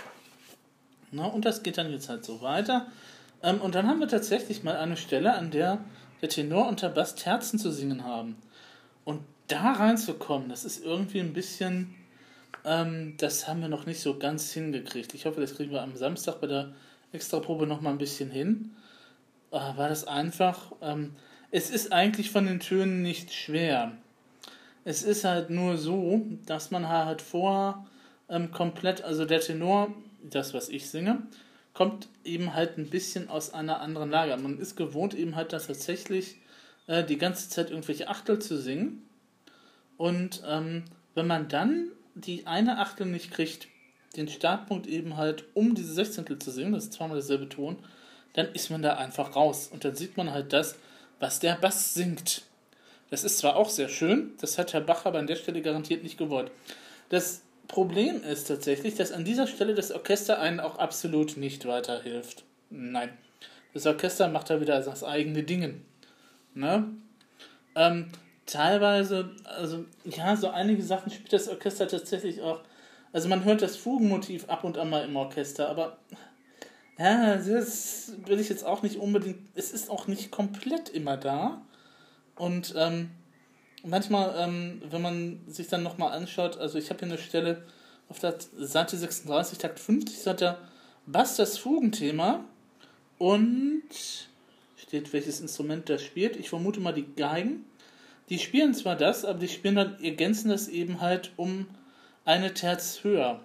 Na, und das geht dann jetzt halt so weiter. Ähm, und dann haben wir tatsächlich mal eine Stelle, an der der Tenor und der Bass Terzen zu singen haben. Und da reinzukommen, das ist irgendwie ein bisschen, ähm, das haben wir noch nicht so ganz hingekriegt. Ich hoffe, das kriegen wir am Samstag bei der Extraprobe noch mal ein bisschen hin. Äh, war das einfach, ähm, es ist eigentlich von den Tönen nicht schwer. Es ist halt nur so, dass man halt vorher ähm, komplett, also der Tenor, das was ich singe, kommt eben halt ein bisschen aus einer anderen Lage. Man ist gewohnt eben halt das tatsächlich äh, die ganze Zeit irgendwelche Achtel zu singen. Und ähm, wenn man dann die eine Achtel nicht kriegt, den Startpunkt eben halt, um diese Sechzehntel zu singen, das ist zweimal derselbe Ton, dann ist man da einfach raus. Und dann sieht man halt das, was der Bass singt. Das ist zwar auch sehr schön, das hat Herr Bach aber an der Stelle garantiert nicht gewollt. Das Problem ist tatsächlich, dass an dieser Stelle das Orchester einen auch absolut nicht weiterhilft. Nein. Das Orchester macht da wieder das eigene Dingen. Ne? Ähm, teilweise, also ja, so einige Sachen spielt das Orchester tatsächlich auch. Also man hört das Fugenmotiv ab und an mal im Orchester, aber ja, das will ich jetzt auch nicht unbedingt, es ist auch nicht komplett immer da. Und ähm, manchmal, ähm, wenn man sich dann nochmal anschaut, also ich habe hier eine Stelle auf der Seite sechsunddreißig, Takt fünfzig, hat der Bass das Fugenthema und steht, welches Instrument das spielt. Ich vermute mal die Geigen. Die spielen zwar das, aber die spielen dann, ergänzen das eben halt um eine Terz höher.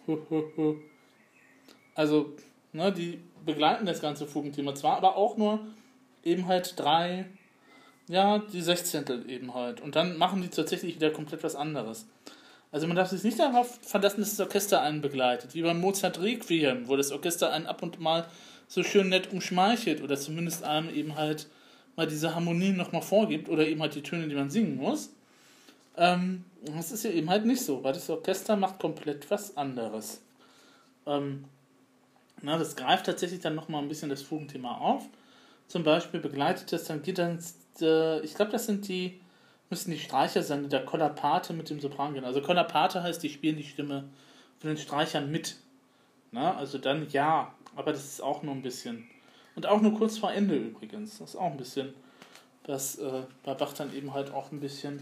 Also, ne, die begleiten das ganze Fugenthema zwar, aber auch nur eben halt drei, ja, die Sechzehntel eben halt. Und dann machen die tatsächlich wieder komplett was anderes. Also man darf sich nicht darauf verlassen, dass das Orchester einen begleitet, wie beim Mozart Requiem, wo das Orchester einen ab und mal so schön nett umschmeichelt oder zumindest einem eben halt mal diese Harmonien nochmal vorgibt oder eben halt die Töne, die man singen muss. Ähm, das ist ja eben halt nicht so, weil das Orchester macht komplett was anderes. Ähm, na, das greift tatsächlich dann nochmal ein bisschen das Fugenthema auf. Zum Beispiel begleitet es, dann geht dann, äh, ich glaube, das sind die, müssen die Streicher sein, die der Kollapate mit dem Sopran gehen. Also Kollapate heißt, die spielen die Stimme von den Streichern mit. Na, also dann ja, aber das ist auch nur ein bisschen. Und auch nur kurz vor Ende übrigens. Das ist auch ein bisschen, was äh, bei Bach dann eben halt auch ein bisschen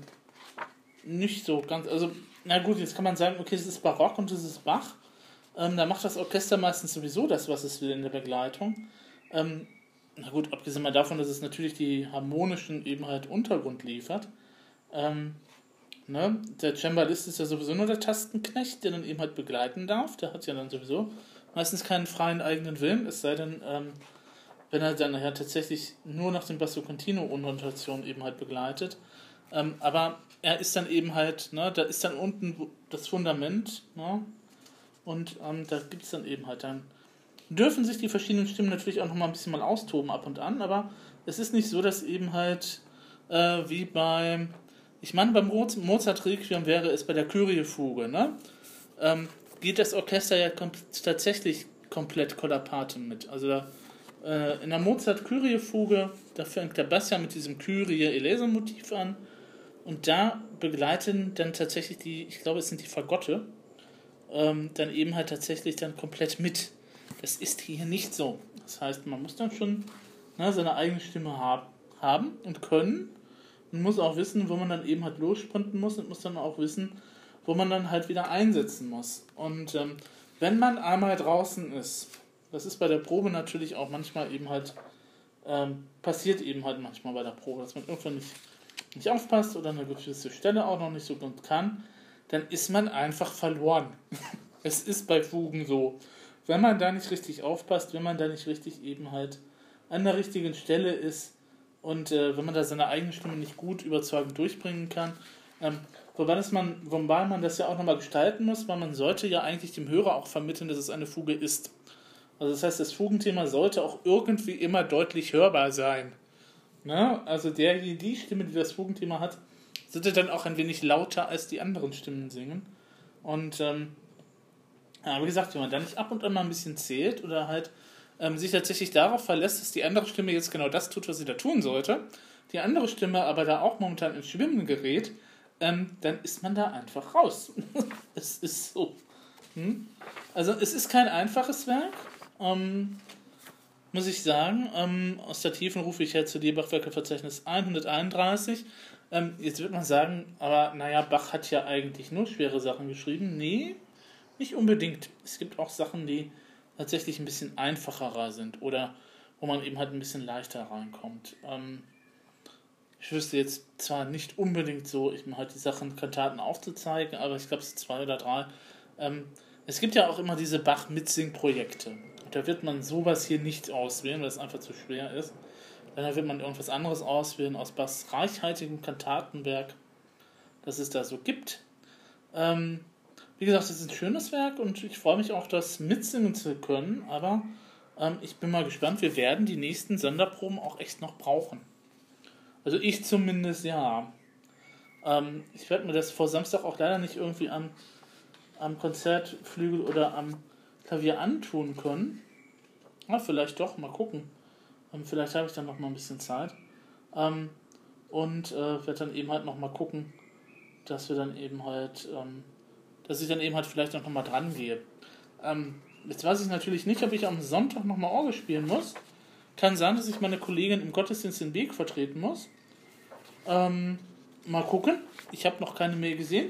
nicht so ganz, also, na gut, jetzt kann man sagen, okay, es ist Barock und es ist Bach. Ähm, da macht das Orchester meistens sowieso das, was es will in der Begleitung. Ähm, na gut, abgesehen mal davon, dass es natürlich die harmonischen eben halt Untergrund liefert. Ähm, ne? Der Cembalist ist ja sowieso nur der Tastenknecht, der dann eben halt begleiten darf. Der hat ja dann sowieso meistens keinen freien eigenen Willen, es sei denn, ähm, wenn er dann ja tatsächlich nur nach dem Basso Continuo ohne Notation eben halt begleitet. Ähm, aber er ist dann eben halt, ne, da ist dann unten das Fundament, ne? Und ähm, da gibt es dann eben halt dann, dürfen sich die verschiedenen Stimmen natürlich auch nochmal ein bisschen mal austoben ab und an, aber es ist nicht so, dass eben halt äh, wie beim, ich meine beim Mozart Requiem wäre es bei der Kyrie-Fuge, ne? Ähm, geht das Orchester ja kom- tatsächlich komplett Kollapate mit. Also da, äh, in der Mozart Kyrie-Fuge, da fängt der Bass ja mit diesem Kyrie-Eleison-Motiv an und da begleiten dann tatsächlich die, ich glaube es sind die Fagotte, ähm, dann eben halt tatsächlich dann komplett mit. Das ist hier nicht so. Das heißt, man muss dann schon, ne, seine eigene Stimme hab, haben und können und muss auch wissen, wo man dann eben halt lossprinten muss und muss dann auch wissen, wo man dann halt wieder einsetzen muss. Und ähm, wenn man einmal draußen ist, das ist bei der Probe natürlich auch manchmal eben halt, ähm, passiert eben halt manchmal bei der Probe, dass man irgendwann nicht, nicht aufpasst oder eine gewisse Stelle auch noch nicht so gut kann, dann ist man einfach verloren. Es ist bei Fugen so. Wenn man da nicht richtig aufpasst, wenn man da nicht richtig eben halt an der richtigen Stelle ist und äh, wenn man da seine eigene Stimme nicht gut überzeugend durchbringen kann, ähm, wobei, das man, wobei man das ja auch nochmal gestalten muss, weil man sollte ja eigentlich dem Hörer auch vermitteln, dass es eine Fuge ist. Also das heißt, das Fugenthema sollte auch irgendwie immer deutlich hörbar sein. Ne? Also der, die Stimme, die das Fugenthema hat, sollte dann auch ein wenig lauter als die anderen Stimmen singen. Und ähm, ja, wie gesagt, wenn man da nicht ab und an mal ein bisschen zählt oder halt ähm, sich tatsächlich darauf verlässt, dass die andere Stimme jetzt genau das tut, was sie da tun sollte, die andere Stimme aber da auch momentan ins Schwimmen gerät, ähm, dann ist man da einfach raus. Es ist so. Hm? Also es ist kein einfaches Werk, ähm, muss ich sagen. Ähm, aus der Tiefen rufe ich jetzt zu dir Bachwerkeverzeichnis hunderteinunddreißig. Ähm, jetzt wird man sagen, aber naja, Bach hat ja eigentlich nur schwere Sachen geschrieben. Nee, nicht unbedingt. Es gibt auch Sachen, die tatsächlich ein bisschen einfacherer sind oder wo man eben halt ein bisschen leichter reinkommt. Ähm, ich wüsste jetzt zwar nicht unbedingt so, ich mir halt die Sachen, Kantaten aufzuzeigen, aber ich glaube es sind zwei oder drei. Ähm, es gibt ja auch immer diese Bach-Mitsing-Projekte. Und da wird man sowas hier nicht auswählen, weil es einfach zu schwer ist. Dann wird man irgendwas anderes auswählen aus Bachs reichhaltigem Kantatenwerk, das es da so gibt. Ähm, wie gesagt, es ist ein schönes Werk und ich freue mich auch, das mitsingen zu können, aber ähm, ich bin mal gespannt, wir werden die nächsten Sonderproben auch echt noch brauchen. Also ich zumindest, ja. Ähm, ich werde mir das vor Samstag auch leider nicht irgendwie am, am Konzertflügel oder am Klavier antun können. Na, vielleicht doch, mal gucken. Ähm, vielleicht habe ich dann noch mal ein bisschen Zeit. Ähm, und äh, werde dann eben halt noch mal gucken, dass wir dann eben halt, ähm, dass ich dann eben halt vielleicht auch noch mal dran gehe. Ähm, jetzt weiß ich natürlich nicht, ob ich am Sonntag noch mal Orgel spielen muss. Kann sein, dass ich meine Kollegin im Gottesdienst in Beek vertreten muss. Ähm, mal gucken. Ich habe noch keine Mail gesehen.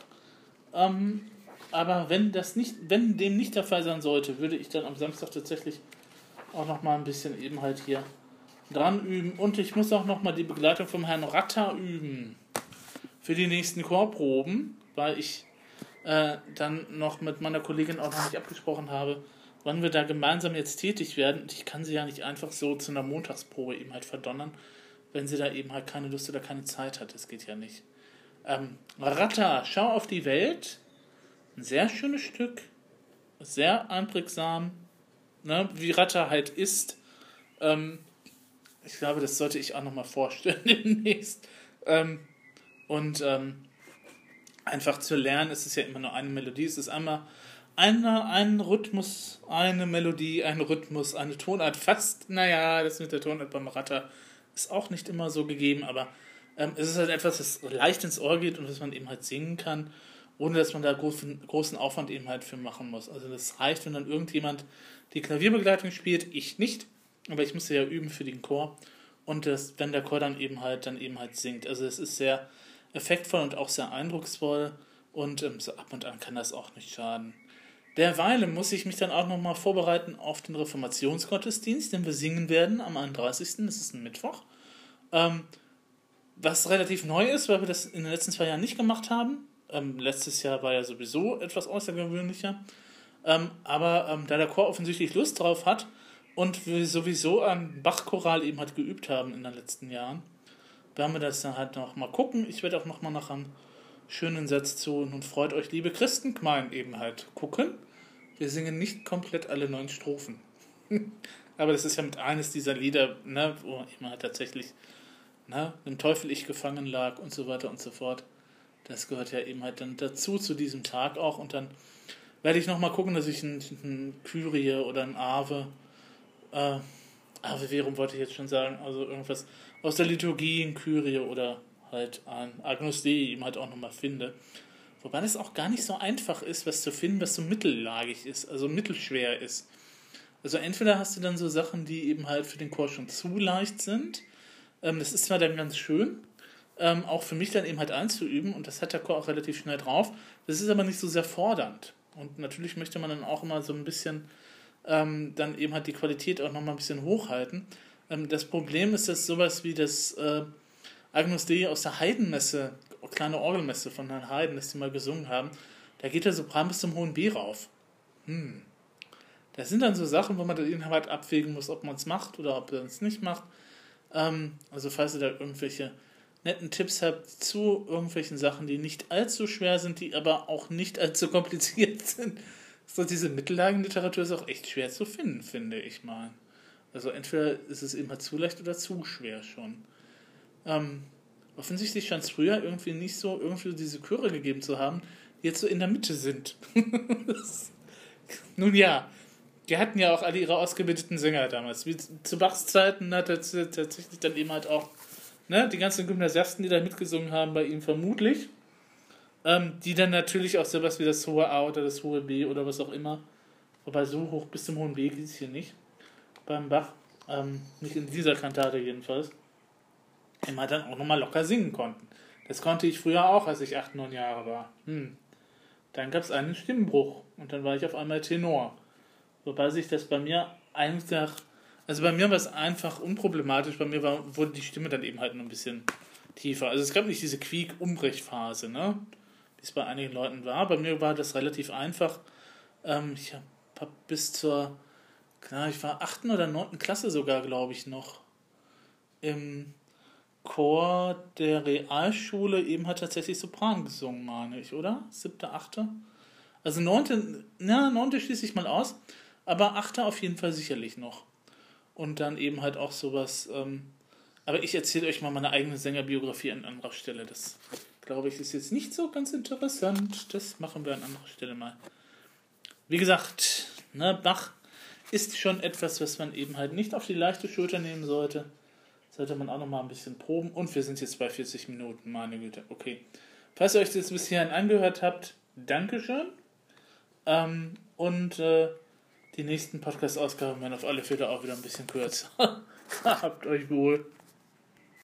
Ähm, aber wenn das nicht, wenn dem nicht der Fall sein sollte, würde ich dann am Samstag tatsächlich auch noch mal ein bisschen eben halt hier dran üben. Und ich muss auch noch mal die Begleitung vom Herrn Ratter üben für die nächsten Chorproben, weil ich äh, dann noch mit meiner Kollegin auch noch nicht abgesprochen habe, wann wir da gemeinsam jetzt tätig werden. Und ich kann sie ja nicht einfach so zu einer Montagsprobe eben halt verdonnern, wenn sie da eben halt keine Lust oder keine Zeit hat. Das geht ja nicht. Ähm, Ratter, Schau auf die Welt. Ein sehr schönes Stück. Sehr einprägsam. Ne, wie Ratter halt ist. Ähm, ich glaube, das sollte ich auch nochmal vorstellen demnächst. Ähm, und ähm, einfach zu lernen, es ist ja immer nur eine Melodie. Es ist einmal eine, ein Rhythmus, eine Melodie, ein Rhythmus, eine Tonart. Fast, naja, das mit der Tonart beim Ratter ist auch nicht immer so gegeben, aber ähm, es ist halt etwas, das leicht ins Ohr geht und was man eben halt singen kann, ohne dass man da großen, großen Aufwand eben halt für machen muss. Also das reicht, wenn dann irgendjemand die Klavierbegleitung spielt, ich nicht, aber ich musste ja üben für den Chor und das, wenn der Chor dann eben halt dann eben halt singt. Also es ist sehr effektvoll und auch sehr eindrucksvoll und ähm, so ab und an kann das auch nicht schaden. Derweil muss ich mich dann auch nochmal vorbereiten auf den Reformationsgottesdienst, den wir singen werden am einunddreißigsten Das ist ein Mittwoch. Ähm, was relativ neu ist, weil wir das in den letzten zwei Jahren nicht gemacht haben. Ähm, letztes Jahr war ja sowieso etwas außergewöhnlicher. Ähm, aber ähm, da der Chor offensichtlich Lust drauf hat und wir sowieso am Bachchoral eben halt geübt haben in den letzten Jahren, werden wir das dann halt noch mal gucken. Ich werde auch noch mal nach einem schönen Satz zu Nun freut euch, liebe Christengemeinde, eben halt gucken. Wir singen nicht komplett alle neun Strophen. Aber das ist ja mit eines dieser Lieder, ne, wo eben halt tatsächlich ne, im Teufel ich gefangen lag und so weiter und so fort. Das gehört ja eben halt dann dazu, zu diesem Tag auch. Und dann werde ich nochmal gucken, dass ich ein, ein Kyrie oder ein Ave, äh, Ave Verum wollte ich jetzt schon sagen, also irgendwas aus der Liturgie, ein Kyrie oder halt ein Agnus Dei eben halt auch nochmal finde. Wobei das auch gar nicht so einfach ist, was zu finden, was so mittellagig ist, also mittelschwer ist. Also entweder hast du dann so Sachen, die eben halt für den Chor schon zu leicht sind. Ähm, das ist zwar dann ganz schön, ähm, auch für mich dann eben halt einzuüben und das hat der Chor auch relativ schnell drauf. Das ist aber nicht so sehr fordernd. Und natürlich möchte man dann auch immer so ein bisschen ähm, dann eben halt die Qualität auch nochmal ein bisschen hochhalten. Ähm, das Problem ist, dass sowas wie das äh, Agnus Dei aus der Heidenmesse, kleine Orgelmesse von Herrn Haydn, das die mal gesungen haben, da geht der Sopran bis zum hohen B rauf. Hm. Das sind dann so Sachen, wo man dann eben halt abwägen muss, ob man es macht oder ob man es nicht macht. Ähm, also falls ihr da irgendwelche netten Tipps habt zu irgendwelchen Sachen, die nicht allzu schwer sind, die aber auch nicht allzu kompliziert sind. So diese Mittellagenliteratur ist auch echt schwer zu finden, finde ich mal. Also entweder ist es immer zu leicht oder zu schwer schon. Ähm, offensichtlich scheint es früher irgendwie nicht so irgendwie diese Chöre gegeben zu haben, die jetzt so in der Mitte sind. das, nun ja, die hatten ja auch alle ihre ausgebildeten Sänger damals. Wie zu Bachs Zeiten hat er tatsächlich dann eben halt auch ne, die ganzen Gymnasiasten, die da mitgesungen haben, bei ihm vermutlich. Ähm, die dann natürlich auch sowas wie das hohe A oder das hohe B oder was auch immer. Wobei so hoch bis zum hohen B geht es hier nicht. Beim Bach. Ähm, nicht in dieser Kantate jedenfalls. Immer dann auch nochmal locker singen konnten. Das konnte ich früher auch, als ich acht, neun Jahre war. Hm. Dann gab es einen Stimmbruch und dann war ich auf einmal Tenor. Wobei sich das bei mir einfach, also bei mir war es einfach unproblematisch, bei mir war, wurde die Stimme dann eben halt nur ein bisschen tiefer. Also es gab nicht diese Quiek-Umbrechphase, ne, wie es bei einigen Leuten war. Bei mir war das relativ einfach. Ähm, ich habe bis zur, klar, ich war achten oder neunten Klasse sogar, glaube ich, noch im Chor der Realschule eben hat tatsächlich Sopran gesungen, meine ich, oder? Siebte, achte? Also neunte, na, neunte schließe ich mal aus, aber achte auf jeden Fall sicherlich noch. Und dann eben halt auch sowas, ähm, aber ich erzähle euch mal meine eigene Sängerbiografie an anderer Stelle. Das, glaube ich, ist jetzt nicht so ganz interessant. Das machen wir an anderer Stelle mal. Wie gesagt, ne, Bach ist schon etwas, was man eben halt nicht auf die leichte Schulter nehmen sollte. Sollte man auch noch mal ein bisschen proben. Und wir sind jetzt bei vierzig Minuten, meine Güte. Okay. Falls ihr euch das bis hierhin angehört habt, Dankeschön. Ähm, und äh, die nächsten Podcast-Ausgaben werden auf alle Fälle auch wieder ein bisschen kürzer. Habt euch wohl.